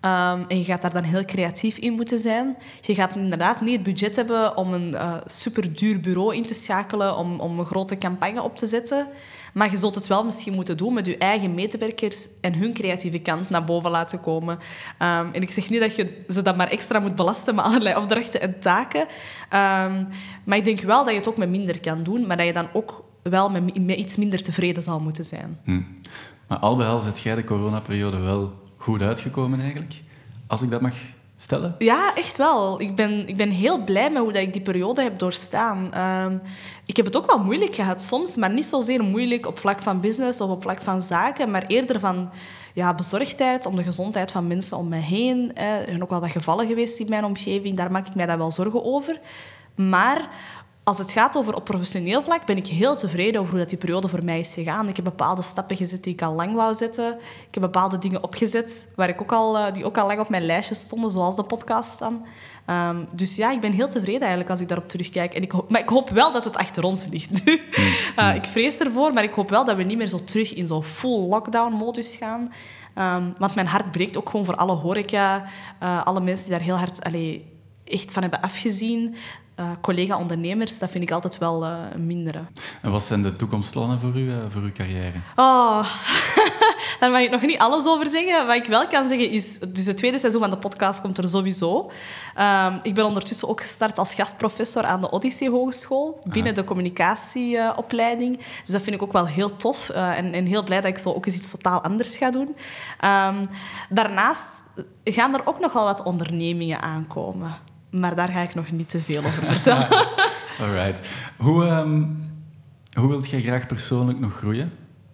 Um, en je gaat daar dan heel creatief in moeten zijn. Je gaat inderdaad niet het budget hebben om een uh, superduur bureau in te schakelen, om, om een grote campagne op te zetten. Maar je zult het wel misschien moeten doen met je eigen medewerkers en hun creatieve kant naar boven laten komen. Um, en ik zeg niet dat je ze dan maar extra moet belasten met allerlei opdrachten en taken. Um, maar ik denk wel dat je het ook met minder kan doen, maar dat je dan ook wel met, met iets minder tevreden zal moeten zijn. Hm. Maar al bij al zit jij de coronaperiode wel goed uitgekomen eigenlijk, als ik dat mag stellen? Ja, echt wel. Ik ben, ik ben heel blij met hoe dat ik die periode heb doorstaan. Uh, ik heb het ook wel moeilijk gehad soms, maar niet zozeer moeilijk op vlak van business of op vlak van zaken, maar eerder van ja, bezorgdheid om de gezondheid van mensen om mij heen. Uh, er zijn ook wel wat gevallen geweest in mijn omgeving, daar maak ik mij dan wel zorgen over. Maar als het gaat over op professioneel vlak, ben ik heel tevreden over hoe dat die periode voor mij is gegaan. Ik heb bepaalde stappen gezet die ik al lang wou zetten. Ik heb bepaalde dingen opgezet waar ik ook al, die ook al lang op mijn lijstje stonden, zoals de podcast dan. Um, dus ja, ik ben heel tevreden eigenlijk als ik daarop terugkijk. En ik hoop, maar ik hoop wel dat het achter ons ligt nu. Uh, ik vrees ervoor, maar ik hoop wel dat we niet meer zo terug in zo'n full lockdown-modus gaan. Um, want mijn hart breekt ook gewoon voor alle horeca, uh, alle mensen die daar heel hard allee, echt van hebben afgezien. Uh, collega-ondernemers, dat vind ik altijd wel uh, mindere. En wat zijn de toekomstplannen voor u, uh, voor uw carrière? Oh, daar mag ik nog niet alles over zeggen. Wat ik wel kan zeggen is... Dus het tweede seizoen van de podcast komt er sowieso. Um, ik ben ondertussen ook gestart als gastprofessor aan de Odyssee Hogeschool, binnen ah. de communicatieopleiding. Uh, dus dat vind ik ook wel heel tof. Uh, en, en heel blij dat ik zo ook eens iets totaal anders ga doen. Um, daarnaast gaan er ook nog wel wat ondernemingen aankomen. Maar daar ga ik nog niet te veel over vertellen. Alright. Hoe, um, hoe wilt jij graag persoonlijk nog groeien?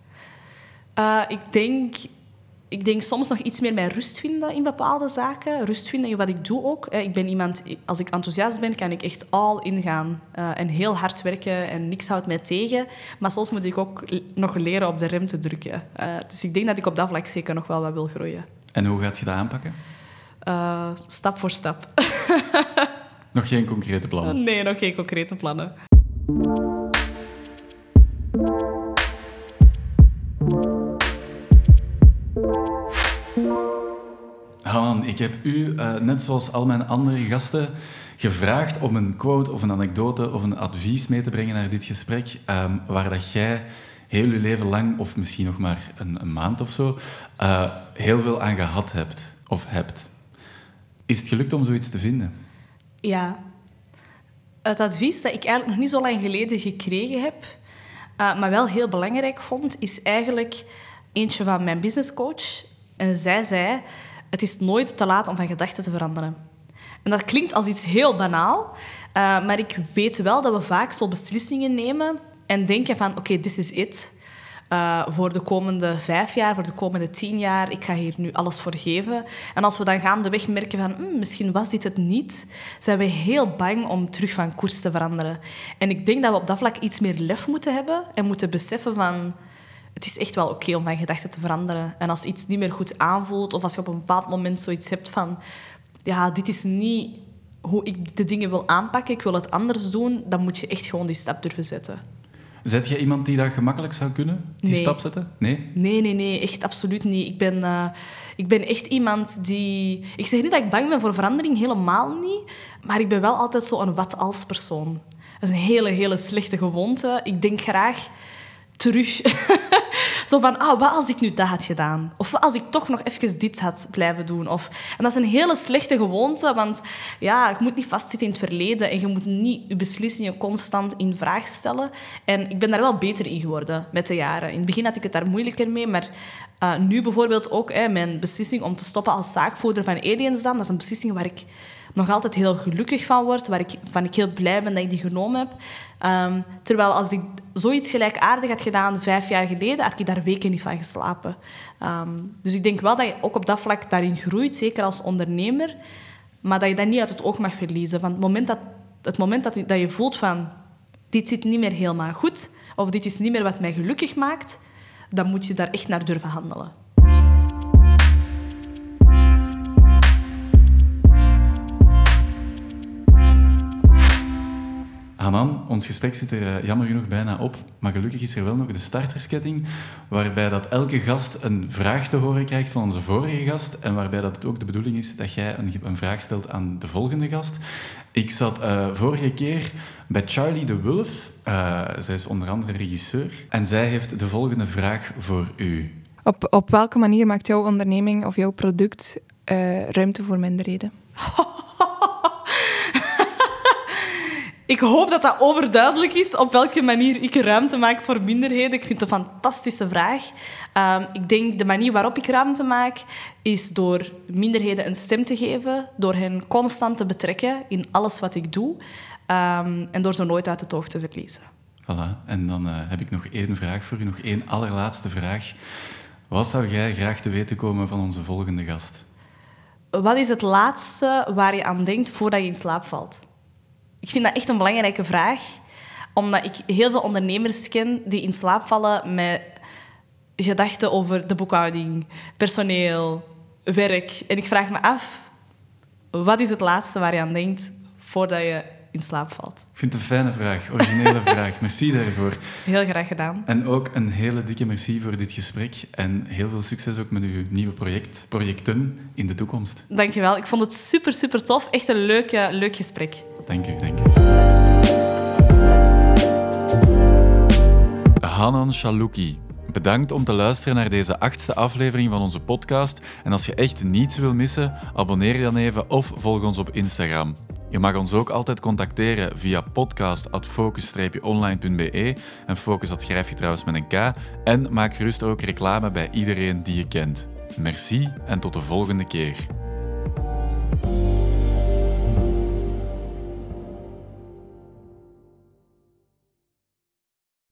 Uh, ik, denk, ik denk soms nog iets meer mijn rust vinden in bepaalde zaken. Rust vinden in wat ik doe ook. Ik ben iemand, als ik enthousiast ben, kan ik echt all in gaan. Uh, en heel hard werken en niks houdt mij tegen. Maar soms moet ik ook nog leren op de rem te drukken. Uh, dus ik denk dat ik op dat vlak zeker nog wel wat wil groeien. En hoe gaat je dat aanpakken? Uh, stap voor stap. Nog geen concrete plannen? Nee, nog geen concrete plannen. Hanan, ik heb u, uh, net zoals al mijn andere gasten, gevraagd om een quote of een anekdote of een advies mee te brengen naar dit gesprek, um, waar dat jij heel je leven lang, of misschien nog maar een, een maand of zo, uh, heel veel aan gehad hebt of hebt. Is het gelukt om zoiets te vinden? Ja. Het advies dat ik eigenlijk nog niet zo lang geleden gekregen heb, uh, maar wel heel belangrijk vond, is eigenlijk eentje van mijn businesscoach. En zij zei, het is nooit te laat om van gedachten te veranderen. En dat klinkt als iets heel banaal, uh, maar ik weet wel dat we vaak zo beslissingen nemen en denken van, oké, okay, this is it. Uh, voor de komende vijf jaar, voor de komende tien jaar, ik ga hier nu alles voor geven. En als we dan gaandeweg merken van, hm, misschien was dit het niet, zijn we heel bang om terug van koers te veranderen. En ik denk dat we op dat vlak iets meer lef moeten hebben en moeten beseffen van, het is echt wel oké okay om van gedachten te veranderen. En als iets niet meer goed aanvoelt, of als je op een bepaald moment zoiets hebt van, ja, dit is niet hoe ik de dingen wil aanpakken, ik wil het anders doen, dan moet je echt gewoon die stap durven zetten. Zet jij iemand die dat gemakkelijk zou kunnen, die nee. stap zetten? Nee? Nee, nee, nee, echt absoluut niet. Ik ben, uh, ik ben echt iemand die... Ik zeg niet dat ik bang ben voor verandering, helemaal niet. Maar ik ben wel altijd zo een wat-als persoon. Dat is een hele, hele slechte gewoonte. Ik denk graag terug. Zo van, ah, wat als ik nu dat had gedaan? Of wat als ik toch nog even dit had blijven doen? Of... En dat is een hele slechte gewoonte, want ja, je moet niet vastzitten in het verleden en je moet niet je beslissingen constant in vraag stellen. En ik ben daar wel beter in geworden met de jaren. In het begin had ik het daar moeilijker mee, maar uh, nu bijvoorbeeld ook hè, mijn beslissing om te stoppen als zaakvoerder van Aliens dan, dat is een beslissing waar ik nog altijd heel gelukkig van word, waar ik, van ik heel blij ben dat ik die genomen heb. Um, terwijl als ik zoiets gelijkaardig had gedaan vijf jaar geleden, had ik daar weken niet van geslapen. Um, dus ik denk wel dat je ook op dat vlak daarin groeit, zeker als ondernemer, maar dat je dat niet uit het oog mag verliezen. Van het moment dat, het moment dat, dat je voelt van, dit zit niet meer helemaal goed, of dit is niet meer wat mij gelukkig maakt, dan moet je daar echt naar durven handelen. Hanan, ons gesprek zit er uh, jammer genoeg bijna op, maar gelukkig is er wel nog de startersketting, waarbij dat elke gast een vraag te horen krijgt van onze vorige gast en waarbij dat het ook de bedoeling is dat jij een, een vraag stelt aan de volgende gast. Ik zat uh, vorige keer bij Charlie de Wulf. Uh, zij is onder andere regisseur en zij heeft de volgende vraag voor u. Op, op welke manier maakt jouw onderneming of jouw product uh, ruimte voor minderheden? Ik hoop dat dat overduidelijk is op welke manier ik ruimte maak voor minderheden. Ik vind het een fantastische vraag. Um, ik denk de manier waarop ik ruimte maak is door minderheden een stem te geven, door hen constant te betrekken in alles wat ik doe um, en door ze nooit uit het oog te verliezen. Voilà. En dan uh, heb ik nog één vraag voor u, nog één allerlaatste vraag. Wat zou jij graag te weten komen van onze volgende gast? Wat is het laatste waar je aan denkt voordat je in slaap valt? Ik vind dat echt een belangrijke vraag, omdat ik heel veel ondernemers ken die in slaap vallen met gedachten over de boekhouding, personeel, werk. En ik vraag me af, wat is het laatste waar je aan denkt voordat je in slaap valt? Ik vind het een fijne vraag, originele vraag. Merci daarvoor. Heel graag gedaan. En ook een hele dikke merci voor dit gesprek en heel veel succes ook met uw nieuwe project, projecten in de toekomst. Dank je wel. Ik vond het super, super tof. Echt een leuk, uh, leuk gesprek. Dank u, dank u. Hanan Chaloukhi, bedankt om te luisteren naar deze achtste aflevering van onze podcast. En als je echt niets wil missen, abonneer je dan even of volg ons op Instagram. Je mag ons ook altijd contacteren via podcast at focus online punt b e en focus dat schrijf je trouwens met een k. En maak gerust ook reclame bij iedereen die je kent. Merci en tot de volgende keer.